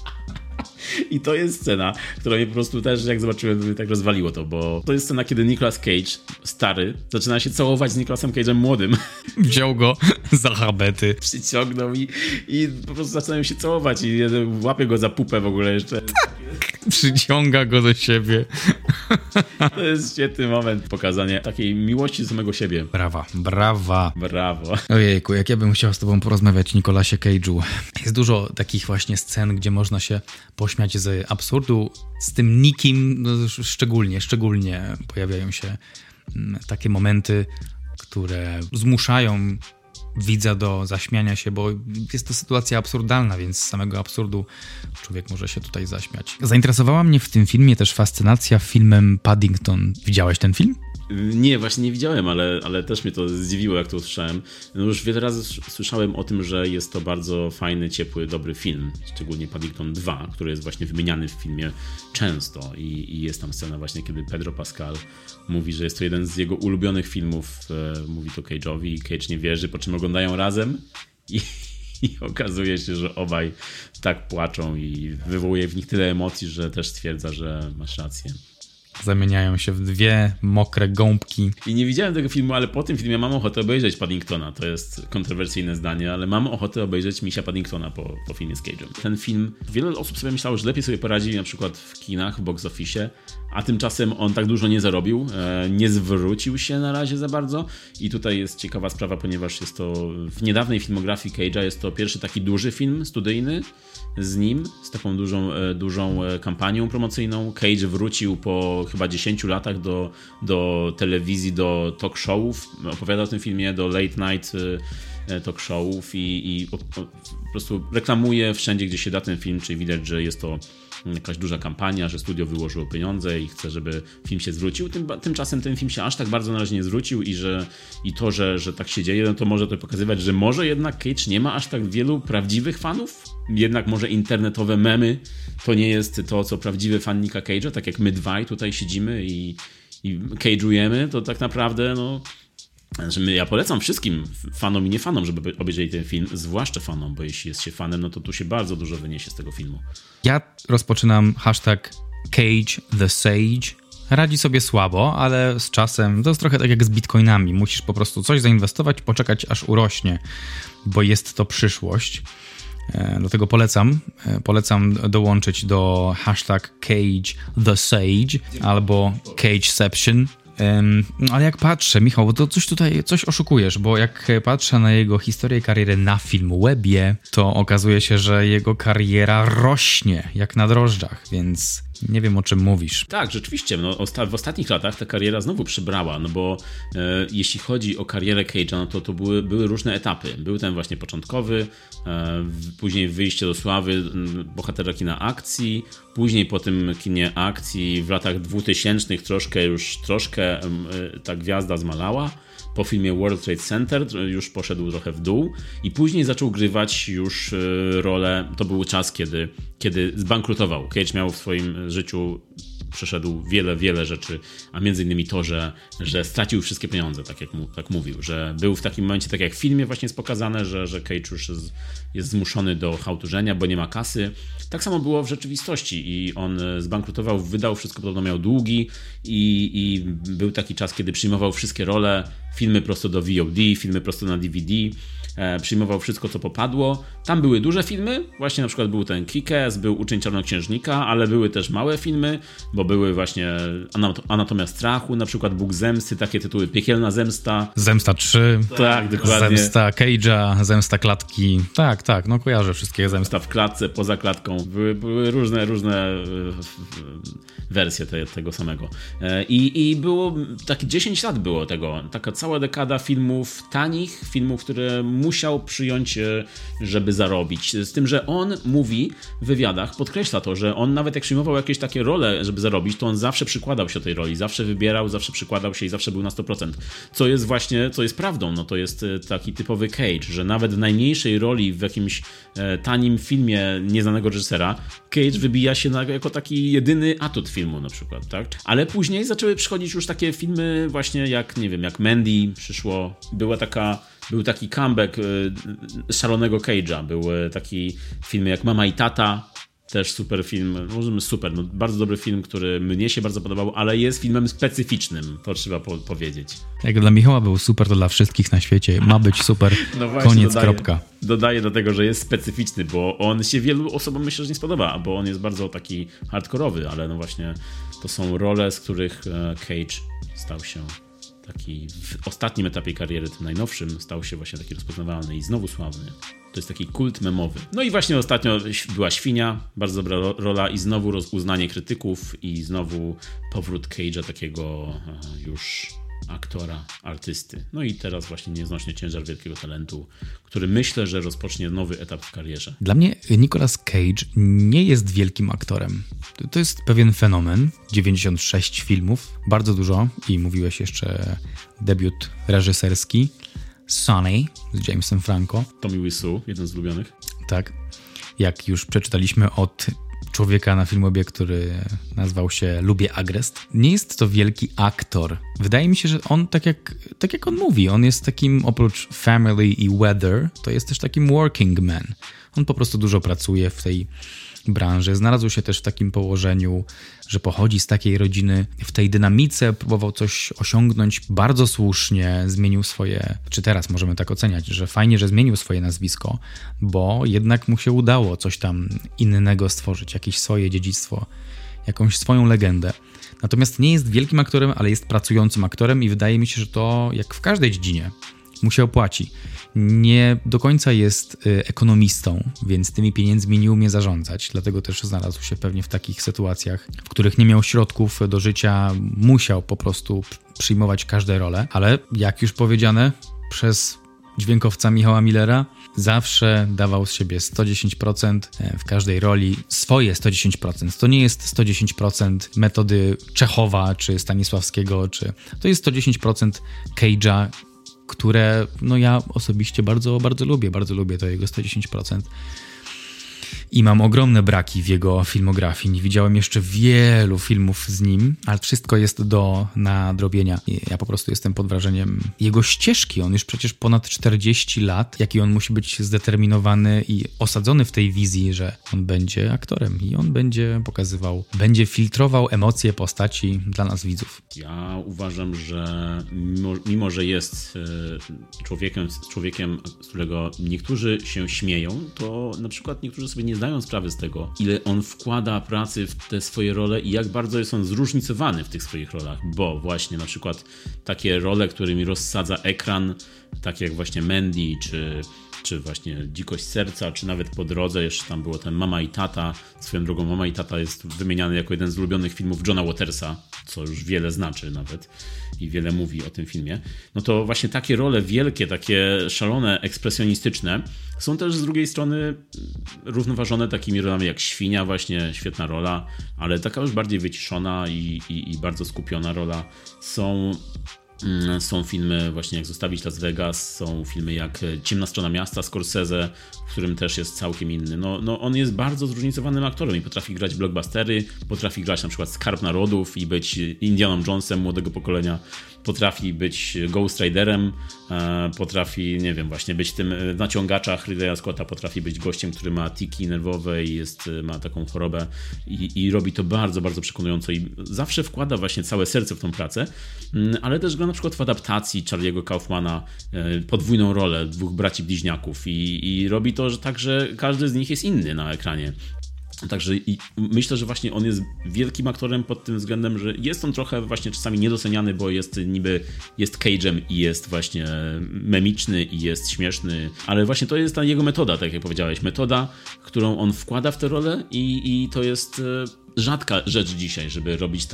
I to jest scena, która mnie po prostu też, jak zobaczyłem, tak rozwaliło to, bo to jest scena, kiedy Nicolas Cage, stary, zaczyna się całować z Nicolasem Cage'em młodym. Wziął go za habety. Przyciągnął i po prostu zaczynają się całować i łapie go za pupę w ogóle jeszcze. Przyciąga go do siebie. To jest świetny moment pokazania takiej miłości do samego siebie. Brawa. Ojejku, jak ja bym chciał z tobą porozmawiać, Nicolasie Cage'u. Jest dużo takich właśnie scen, gdzie można się pośmiać z absurdu. Z tym Nickim szczególnie pojawiają się takie momenty, które zmuszają widza do zaśmiania się, bo jest to sytuacja absurdalna, więc z samego absurdu człowiek może się tutaj zaśmiać. Zainteresowała mnie w tym filmie też fascynacja filmem Paddington. Widziałeś ten film? Nie, właśnie nie widziałem, ale też mnie to zdziwiło, jak to usłyszałem. No już wiele razy słyszałem o tym, że jest to bardzo fajny, ciepły, dobry film. Szczególnie Paddington 2, który jest właśnie wymieniany w filmie często. I jest tam scena właśnie, kiedy Pedro Pascal mówi, że jest to jeden z jego ulubionych filmów. Mówi to Cage'owi i Cage nie wierzy, po czym oglądają razem i okazuje się, że obaj tak płaczą i wywołuje w nich tyle emocji, że też stwierdza, że masz rację. Zamieniają się w dwie mokre gąbki. I nie widziałem tego filmu, ale po tym filmie mam ochotę obejrzeć Paddingtona. To jest kontrowersyjne zdanie, ale mam ochotę obejrzeć Misia Paddingtona po filmie z Cage'em. Ten film, wiele osób sobie myślało, że lepiej sobie poradzi na przykład w kinach, w box office, a tymczasem on tak dużo nie zarobił, nie zwrócił się na razie za bardzo. I tutaj jest ciekawa sprawa, ponieważ jest to w niedawnej filmografii Cage'a, jest to pierwszy taki duży film studyjny z nim, z taką dużą kampanią promocyjną. Cage wrócił po chyba 10 latach do telewizji, do talk showów. Opowiada o tym filmie, do late night talk showów i po prostu reklamuje wszędzie, gdzie się da ten film, czyli widać, że jest to jakaś duża kampania, że studio wyłożyło pieniądze i chce, żeby film się zwrócił. Tymczasem ten film się aż tak bardzo na razie nie zwrócił i to, że tak się dzieje, no to może to pokazywać, że może jednak Cage nie ma aż tak wielu prawdziwych fanów. Jednak może internetowe memy to nie jest to, co prawdziwy fan Nicka Cage'a, tak jak my dwaj tutaj siedzimy i cage'ujemy, to tak naprawdę ja polecam wszystkim fanom i nie fanom, żeby obejrzeli ten film, zwłaszcza fanom, bo jeśli jest się fanem, no to tu się bardzo dużo wyniesie z tego filmu. Ja rozpoczynam hashtag Cage the Sage. Radzi sobie słabo, ale z czasem to jest trochę tak jak z bitcoinami. Musisz po prostu coś zainwestować, poczekać aż urośnie, bo jest to przyszłość. Dlatego polecam dołączyć do hashtag Cage the Sage albo Cageception. Ale jak patrzę, Michał, to coś oszukujesz, bo jak patrzę na jego historię i karierę na Filmwebie, to okazuje się, że jego kariera rośnie jak na drożdżach, więc nie wiem, o czym mówisz. Tak, rzeczywiście, w ostatnich latach ta kariera znowu przybrała, no bo jeśli chodzi o karierę Cage'a, no to były różne etapy. Był ten właśnie początkowy, później wyjście do sławy bohatera kina akcji, później po tym kinie akcji w latach 2000 troszkę ta gwiazda zmalała. Po filmie World Trade Center już poszedł trochę w dół i później zaczął grywać już rolę, to był czas, kiedy zbankrutował. Cage miał w swoim życiu przeszedł wiele rzeczy, a między innymi to, że stracił wszystkie pieniądze, tak mówił, że był w takim momencie, tak jak w filmie właśnie jest pokazane, że Cage już jest zmuszony do chałturzenia, bo nie ma kasy. Tak samo było w rzeczywistości i on zbankrutował, wydał wszystko, podobno miał długi i był taki czas, kiedy przyjmował wszystkie role, filmy prosto do VOD, filmy prosto na DVD, przyjmował wszystko, co popadło. Tam były duże filmy, właśnie na przykład był ten Kick-Ass, był Uczeń Czarnoksiężnika, ale były też małe filmy, bo były właśnie Anatomia Strachu, na przykład Bóg Zemsty, takie tytuły, Piekielna Zemsta. Zemsta 3. Tak, dokładnie. Zemsta Cage'a, Zemsta Klatki. Tak, no kojarzę wszystkie zemsty. W klatce, poza klatką. Były różne wersje tego samego. I było takie 10 lat było tego. Taka cała dekada filmów tanich, filmów, które musiał przyjąć, żeby zarobić. Z tym, że on mówi w wywiadach, podkreśla to, że on nawet jak przyjmował jakieś takie role, żeby zarobić, to on zawsze przykładał się do tej roli, zawsze wybierał, zawsze przykładał się i zawsze był na 100%. Co jest prawdą, no to jest taki typowy Cage, że nawet w najmniejszej roli w jakimś tanim filmie nieznanego reżysera, Cage wybija się jako taki jedyny atut filmu na przykład, tak? Ale później zaczęły przychodzić już takie filmy właśnie jak, nie wiem, jak Mandy przyszło, był taki comeback szalonego Cage'a, był taki film jak Mama i Tata, też super film, bardzo dobry film, który mnie się bardzo podobał, ale jest filmem specyficznym, to trzeba powiedzieć. Jak dla Michała był super, to dla wszystkich na świecie ma być super, no właśnie, koniec, kropka. Dodaję do tego, że jest specyficzny, bo on się wielu osobom myślę, że nie spodoba, bo on jest bardzo taki hardkorowy, ale no właśnie to są role, z których Cage stał się taki w ostatnim etapie kariery, tym najnowszym, stał się właśnie taki rozpoznawalny i znowu sławny. To jest taki kult memowy. No i właśnie ostatnio była Świnia, bardzo dobra rola i znowu uznanie krytyków i znowu powrót Cage'a, takiego już aktora, artysty. No i teraz właśnie nieznośnie ciężar wielkiego talentu, który myślę, że rozpocznie nowy etap w karierze. Dla mnie Nicolas Cage nie jest wielkim aktorem. To jest pewien fenomen. 96 filmów, bardzo dużo i mówiłeś jeszcze debiut reżyserski Sonny z Jamesem Franco. Tommy Wiseau, jeden z ulubionych. Tak. Jak już przeczytaliśmy od człowieka na Filmwebie, który nazwał się Lubię Agrest. Nie jest to wielki aktor. Wydaje mi się, że on, tak jak on mówi, on jest takim, oprócz family i weather, to jest też takim working man. On po prostu dużo pracuje w tej branży. Znalazł się też w takim położeniu, że pochodzi z takiej rodziny. W tej dynamice próbował coś osiągnąć bardzo słusznie, zmienił swoje, czy teraz możemy tak oceniać, że fajnie, że zmienił swoje nazwisko, bo jednak mu się udało coś tam innego stworzyć, jakieś swoje dziedzictwo, jakąś swoją legendę. Natomiast nie jest wielkim aktorem, ale jest pracującym aktorem i wydaje mi się, że to jak w każdej dziedzinie mu się opłaci. Nie do końca jest ekonomistą, więc tymi pieniędzmi nie umie zarządzać, dlatego też znalazł się pewnie w takich sytuacjach, w których nie miał środków do życia, musiał po prostu przyjmować każde role, ale jak już powiedziane przez dźwiękowca Michała Millera, zawsze dawał z siebie 110% w każdej roli, swoje 110%. To nie jest 110% metody Czechowa czy Stanisławskiego, to jest 110% Cage'a, które no ja osobiście bardzo lubię to jego 110%. I mam ogromne braki w jego filmografii. Nie widziałem jeszcze wielu filmów z nim, ale wszystko jest do nadrobienia. Ja po prostu jestem pod wrażeniem jego ścieżki. On już przecież ponad 40 lat, jaki on musi być zdeterminowany i osadzony w tej wizji, że on będzie aktorem i on będzie pokazywał, będzie filtrował emocje postaci dla nas widzów. Ja uważam, że mimo że jest człowiekiem, z którego niektórzy się śmieją, to na przykład niektórzy sobie nie zdają sprawy z tego, ile on wkłada pracy w te swoje role i jak bardzo jest on zróżnicowany w tych swoich rolach, bo właśnie na przykład takie role, którymi rozsadza ekran, takie jak właśnie Mandy, czy właśnie Dzikość Serca, czy nawet Po drodze, jeszcze tam było ten Mama i Tata. Swoją drogą Mama i Tata jest wymieniany jako jeden z ulubionych filmów Johna Watersa, co już wiele znaczy nawet i wiele mówi o tym filmie. No to właśnie takie role wielkie, takie szalone, ekspresjonistyczne są też z drugiej strony równoważone takimi rolami jak Świnia, właśnie świetna rola, ale taka już bardziej wyciszona i bardzo skupiona rola. Są Są filmy właśnie jak Zostawić Las Vegas, są filmy jak Ciemna strona miasta Scorsese, w którym też jest całkiem inny. No on jest bardzo zróżnicowanym aktorem i potrafi grać blockbustery, potrafi grać na przykład Skarb Narodów i być Indianą Jonesem młodego pokolenia, potrafi być Ghost Riderem, potrafi, nie wiem, właśnie być tym w Naciągaczach Ridleya Scotta, potrafi być gościem, który ma tiki nerwowe i ma taką chorobę i robi to bardzo, bardzo przekonująco i zawsze wkłada właśnie całe serce w tą pracę, ale też gra na przykład w adaptacji Charlie'ego Kaufmana podwójną rolę dwóch braci bliźniaków i robi to, że także każdy z nich jest inny na ekranie. Także myślę, że właśnie on jest wielkim aktorem pod tym względem, że jest on trochę właśnie czasami niedoceniany, bo jest Cage'em i jest właśnie memiczny i jest śmieszny, ale właśnie to jest ta jego metoda, tak jak powiedziałeś, metoda, którą on wkłada w tę rolę i to jest rzadka rzecz dzisiaj, żeby robić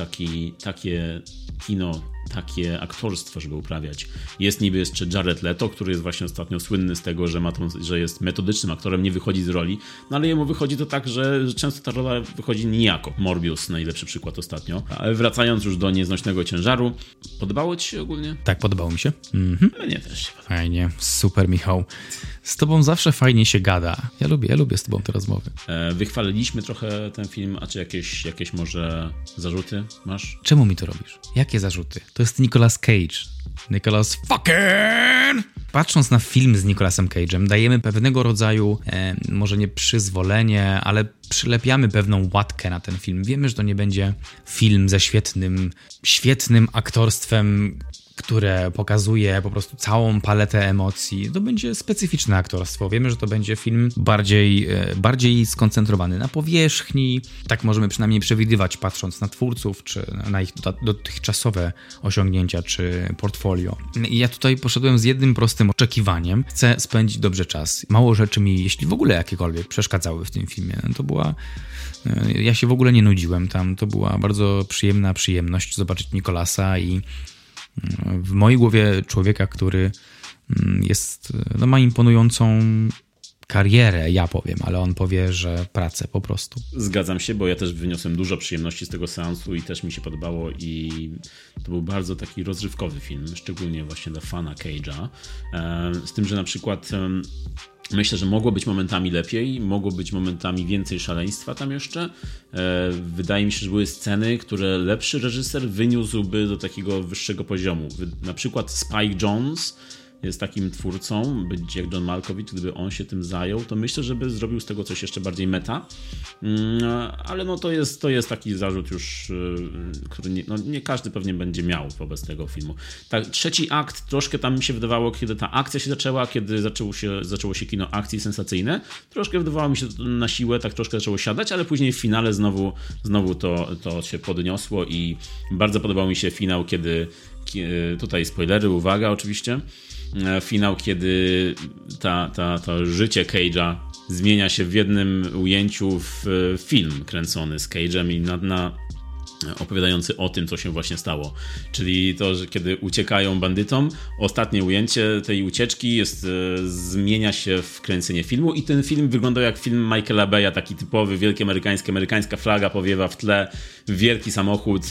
takie kino, takie aktorstwo, żeby uprawiać. Jest niby jeszcze Jared Leto, który jest właśnie ostatnio słynny z tego, że jest metodycznym aktorem, nie wychodzi z roli, no ale jemu wychodzi to tak, że często ta rola wychodzi nijako. Morbius, najlepszy przykład ostatnio. Ale wracając już do Nieznośnego ciężaru, podobało ci się ogólnie? Tak, podobało mi się. Mnie też się podobało. Fajnie, super Michał. Z tobą zawsze fajnie się gada. Ja lubię z tobą te rozmowy. Wychwaliliśmy trochę ten film, a czy jakieś może zarzuty masz? Czemu mi to robisz? Jakie zarzuty? To jest Nicolas Cage. Nicolas fucking! Patrząc na film z Nicolasem Cage'em, dajemy pewnego rodzaju, może nie przyzwolenie, ale przylepiamy pewną łatkę na ten film. Wiemy, że to nie będzie film ze świetnym aktorstwem, które pokazuje po prostu całą paletę emocji. To będzie specyficzne aktorstwo. Wiemy, że to będzie film bardziej skoncentrowany na powierzchni. Tak możemy przynajmniej przewidywać, patrząc na twórców, czy na ich dotychczasowe osiągnięcia, czy portfolio. I ja tutaj poszedłem z jednym prostym oczekiwaniem. Chcę spędzić dobrze czas. Mało rzeczy mi, jeśli w ogóle jakiekolwiek, przeszkadzały w tym filmie. Ja się w ogóle nie nudziłem tam. To była bardzo przyjemna przyjemność zobaczyć Nicolasa i w mojej głowie człowieka, który ma imponującą karierę, ja powiem, ale on powie, że pracę po prostu. Zgadzam się, bo ja też wyniosłem dużo przyjemności z tego seansu i też mi się podobało i to był bardzo taki rozrywkowy film, szczególnie właśnie dla fana Cage'a. Z tym, że na przykład myślę, że mogło być momentami lepiej, mogło być momentami więcej szaleństwa tam jeszcze. Wydaje mi się, że były sceny, które lepszy reżyser wyniósłby do takiego wyższego poziomu. Na przykład Spike Jonze jest takim twórcą, być jak John Malkovich, gdyby on się tym zajął, to myślę, że by zrobił z tego coś jeszcze bardziej meta, ale no to jest taki zarzut już, który nie każdy pewnie będzie miał wobec tego filmu. Tak, trzeci akt troszkę tam mi się wydawało, kiedy ta akcja się zaczęła, kiedy zaczęło się kino akcji sensacyjne, troszkę wydawało mi się to na siłę, tak troszkę zaczęło siadać, ale później w finale znowu to się podniosło i bardzo podobał mi się finał, kiedy tutaj spoilery, uwaga oczywiście, finał, kiedy to życie Cage'a zmienia się w jednym ujęciu w film kręcony z Cage'em i opowiadający o tym, co się właśnie stało. Czyli to, że kiedy uciekają bandytom, ostatnie ujęcie tej ucieczki zmienia się w kręcenie filmu i ten film wygląda jak film Michaela Bay'a, taki typowy, wielki amerykańska flaga powiewa w tle, wielki samochód,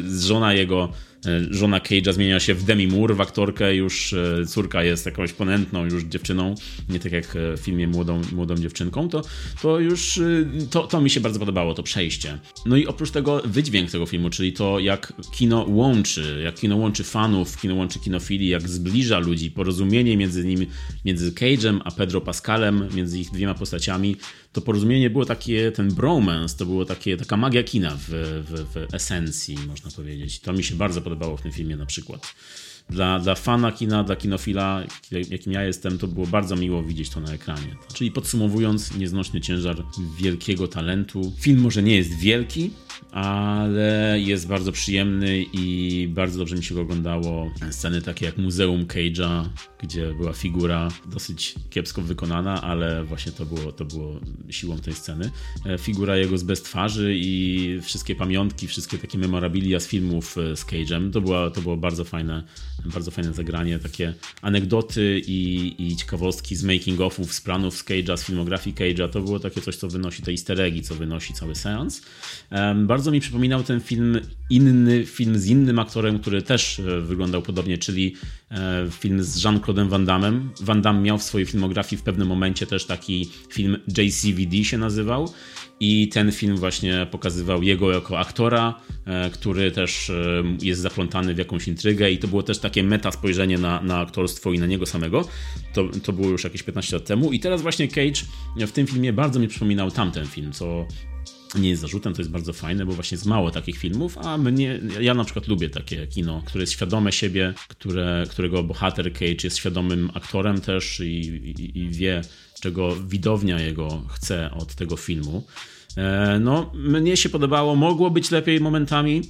żona Cage'a zmienia się w Demi Moore, w aktorkę, już córka jest jakąś ponętną już dziewczyną, nie tak jak w filmie młodą dziewczynką, to już to mi się bardzo podobało, to przejście. No i oprócz tego wydźwięk tego filmu, czyli to jak kino łączy fanów, kino łączy kinofili, jak zbliża ludzi, porozumienie między Cage'em a Pedro Pascalem, między ich dwiema postaciami, to porozumienie było takie, ten bromance, to było taka magia kina w esencji, można powiedzieć. To mi się bardzo podobało w tym filmie na przykład. Dla fana kina, dla kinofila, jakim ja jestem, to było bardzo miło widzieć to na ekranie. Czyli podsumowując, Nieznośny ciężar wielkiego talentu. Film może nie jest wielki, ale jest bardzo przyjemny i bardzo dobrze mi się go oglądało. Sceny takie jak Muzeum Cage'a, gdzie była figura dosyć kiepsko wykonana, ale właśnie to było siłą tej sceny. Figura jego bez twarzy i wszystkie pamiątki, wszystkie takie memorabilia z filmów z Cage'em, to było bardzo fajne zagranie, takie anegdoty i ciekawostki z making-offów, z planów z Cage'a, z filmografii Cage'a, to było takie coś, co wynosi te easter eggi, co wynosi cały seans. Bardzo mi przypominał ten film inny film z innym aktorem, który też wyglądał podobnie, czyli film z Jean-Claude'em Van Damme. Van Damme miał w swojej filmografii w pewnym momencie też taki film JCVD się nazywał i ten film właśnie pokazywał jego jako aktora, który też jest zaplątany w jakąś intrygę i to było też takie meta spojrzenie na aktorstwo i na niego samego. To było już jakieś 15 lat temu i teraz właśnie Cage w tym filmie bardzo mi przypominał tamten film, co nie jest zarzutem, to jest bardzo fajne, bo właśnie jest mało takich filmów, a ja na przykład lubię takie kino, które jest świadome siebie, którego bohater Cage jest świadomym aktorem też i wie, czego widownia jego chce od tego filmu. No, mnie się podobało, mogło być lepiej momentami.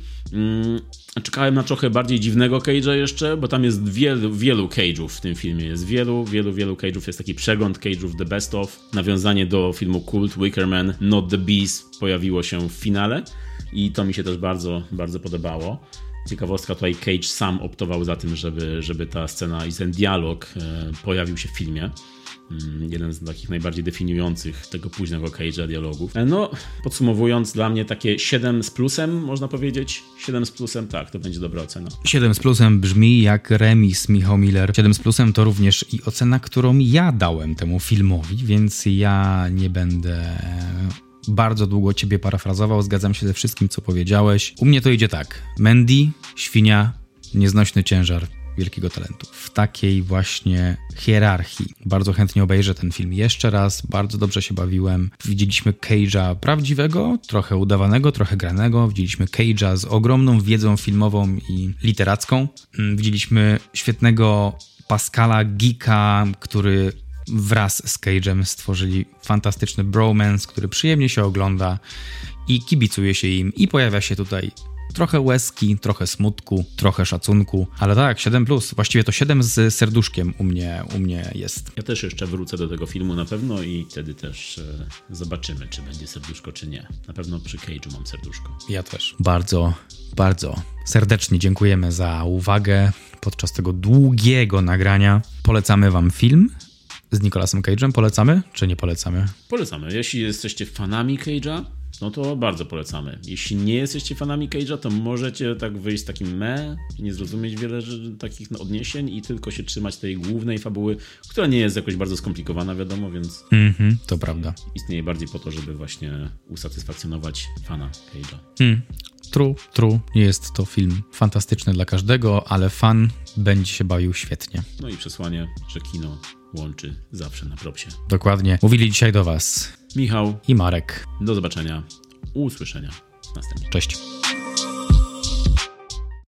Czekałem na trochę bardziej dziwnego Cage'a jeszcze, bo tam jest wielu Cage'ów w tym filmie. Jest wielu Cage'ów. Jest taki przegląd Cage'ów The Best Of. Nawiązanie do filmu Cult, Wicker Man, Not the Beast pojawiło się w finale i to mi się też bardzo, bardzo podobało. Ciekawostka, tutaj Cage sam optował za tym, żeby ta scena i ten dialog pojawił się w filmie. Jeden z takich najbardziej definiujących tego późnego Cage'a dialogów. No, podsumowując, dla mnie takie 7 z plusem, można powiedzieć. 7 z plusem, tak, to będzie dobra ocena. 7 z plusem brzmi jak remis, Michał Miller. 7 z plusem to również i ocena, którą ja dałem temu filmowi, więc ja nie będę bardzo długo ciebie parafrazował. Zgadzam się ze wszystkim, co powiedziałeś. U mnie to idzie tak. Mandy, świnia, nieznośny ciężar wielkiego talentu. W takiej właśnie hierarchii. Bardzo chętnie obejrzę ten film jeszcze raz. Bardzo dobrze się bawiłem. Widzieliśmy Cage'a prawdziwego, trochę udawanego, trochę granego. Widzieliśmy Cage'a z ogromną wiedzą filmową i literacką. Widzieliśmy świetnego Pascala geeka, który wraz z Cage'em stworzyli fantastyczny bromance, który przyjemnie się ogląda i kibicuje się im. I pojawia się tutaj trochę łezki, trochę smutku, trochę szacunku, ale tak, 7+, właściwie to 7 z serduszkiem u mnie jest. Ja też jeszcze wrócę do tego filmu na pewno i wtedy też zobaczymy, czy będzie serduszko, czy nie. Na pewno przy Cage'u mam serduszko. Ja też. Bardzo, bardzo serdecznie dziękujemy za uwagę podczas tego długiego nagrania. Polecamy wam film z Nicolasem Cage'em. Polecamy, czy nie polecamy? Polecamy. Jeśli jesteście fanami Cage'a, no to bardzo polecamy. Jeśli nie jesteście fanami Cage'a, to możecie tak wyjść z takim nie zrozumieć wiele takich odniesień i tylko się trzymać tej głównej fabuły, która nie jest jakoś bardzo skomplikowana, wiadomo, więc to prawda. Istnieje bardziej po to, żeby właśnie usatysfakcjonować fana Cage'a. True. Nie jest to film fantastyczny dla każdego, ale fan będzie się bawił świetnie. No i przesłanie, że kino łączy zawsze na propsie. Dokładnie. Mówili dzisiaj do was Michał i Marek. Do zobaczenia. Usłyszenia następnie. Cześć.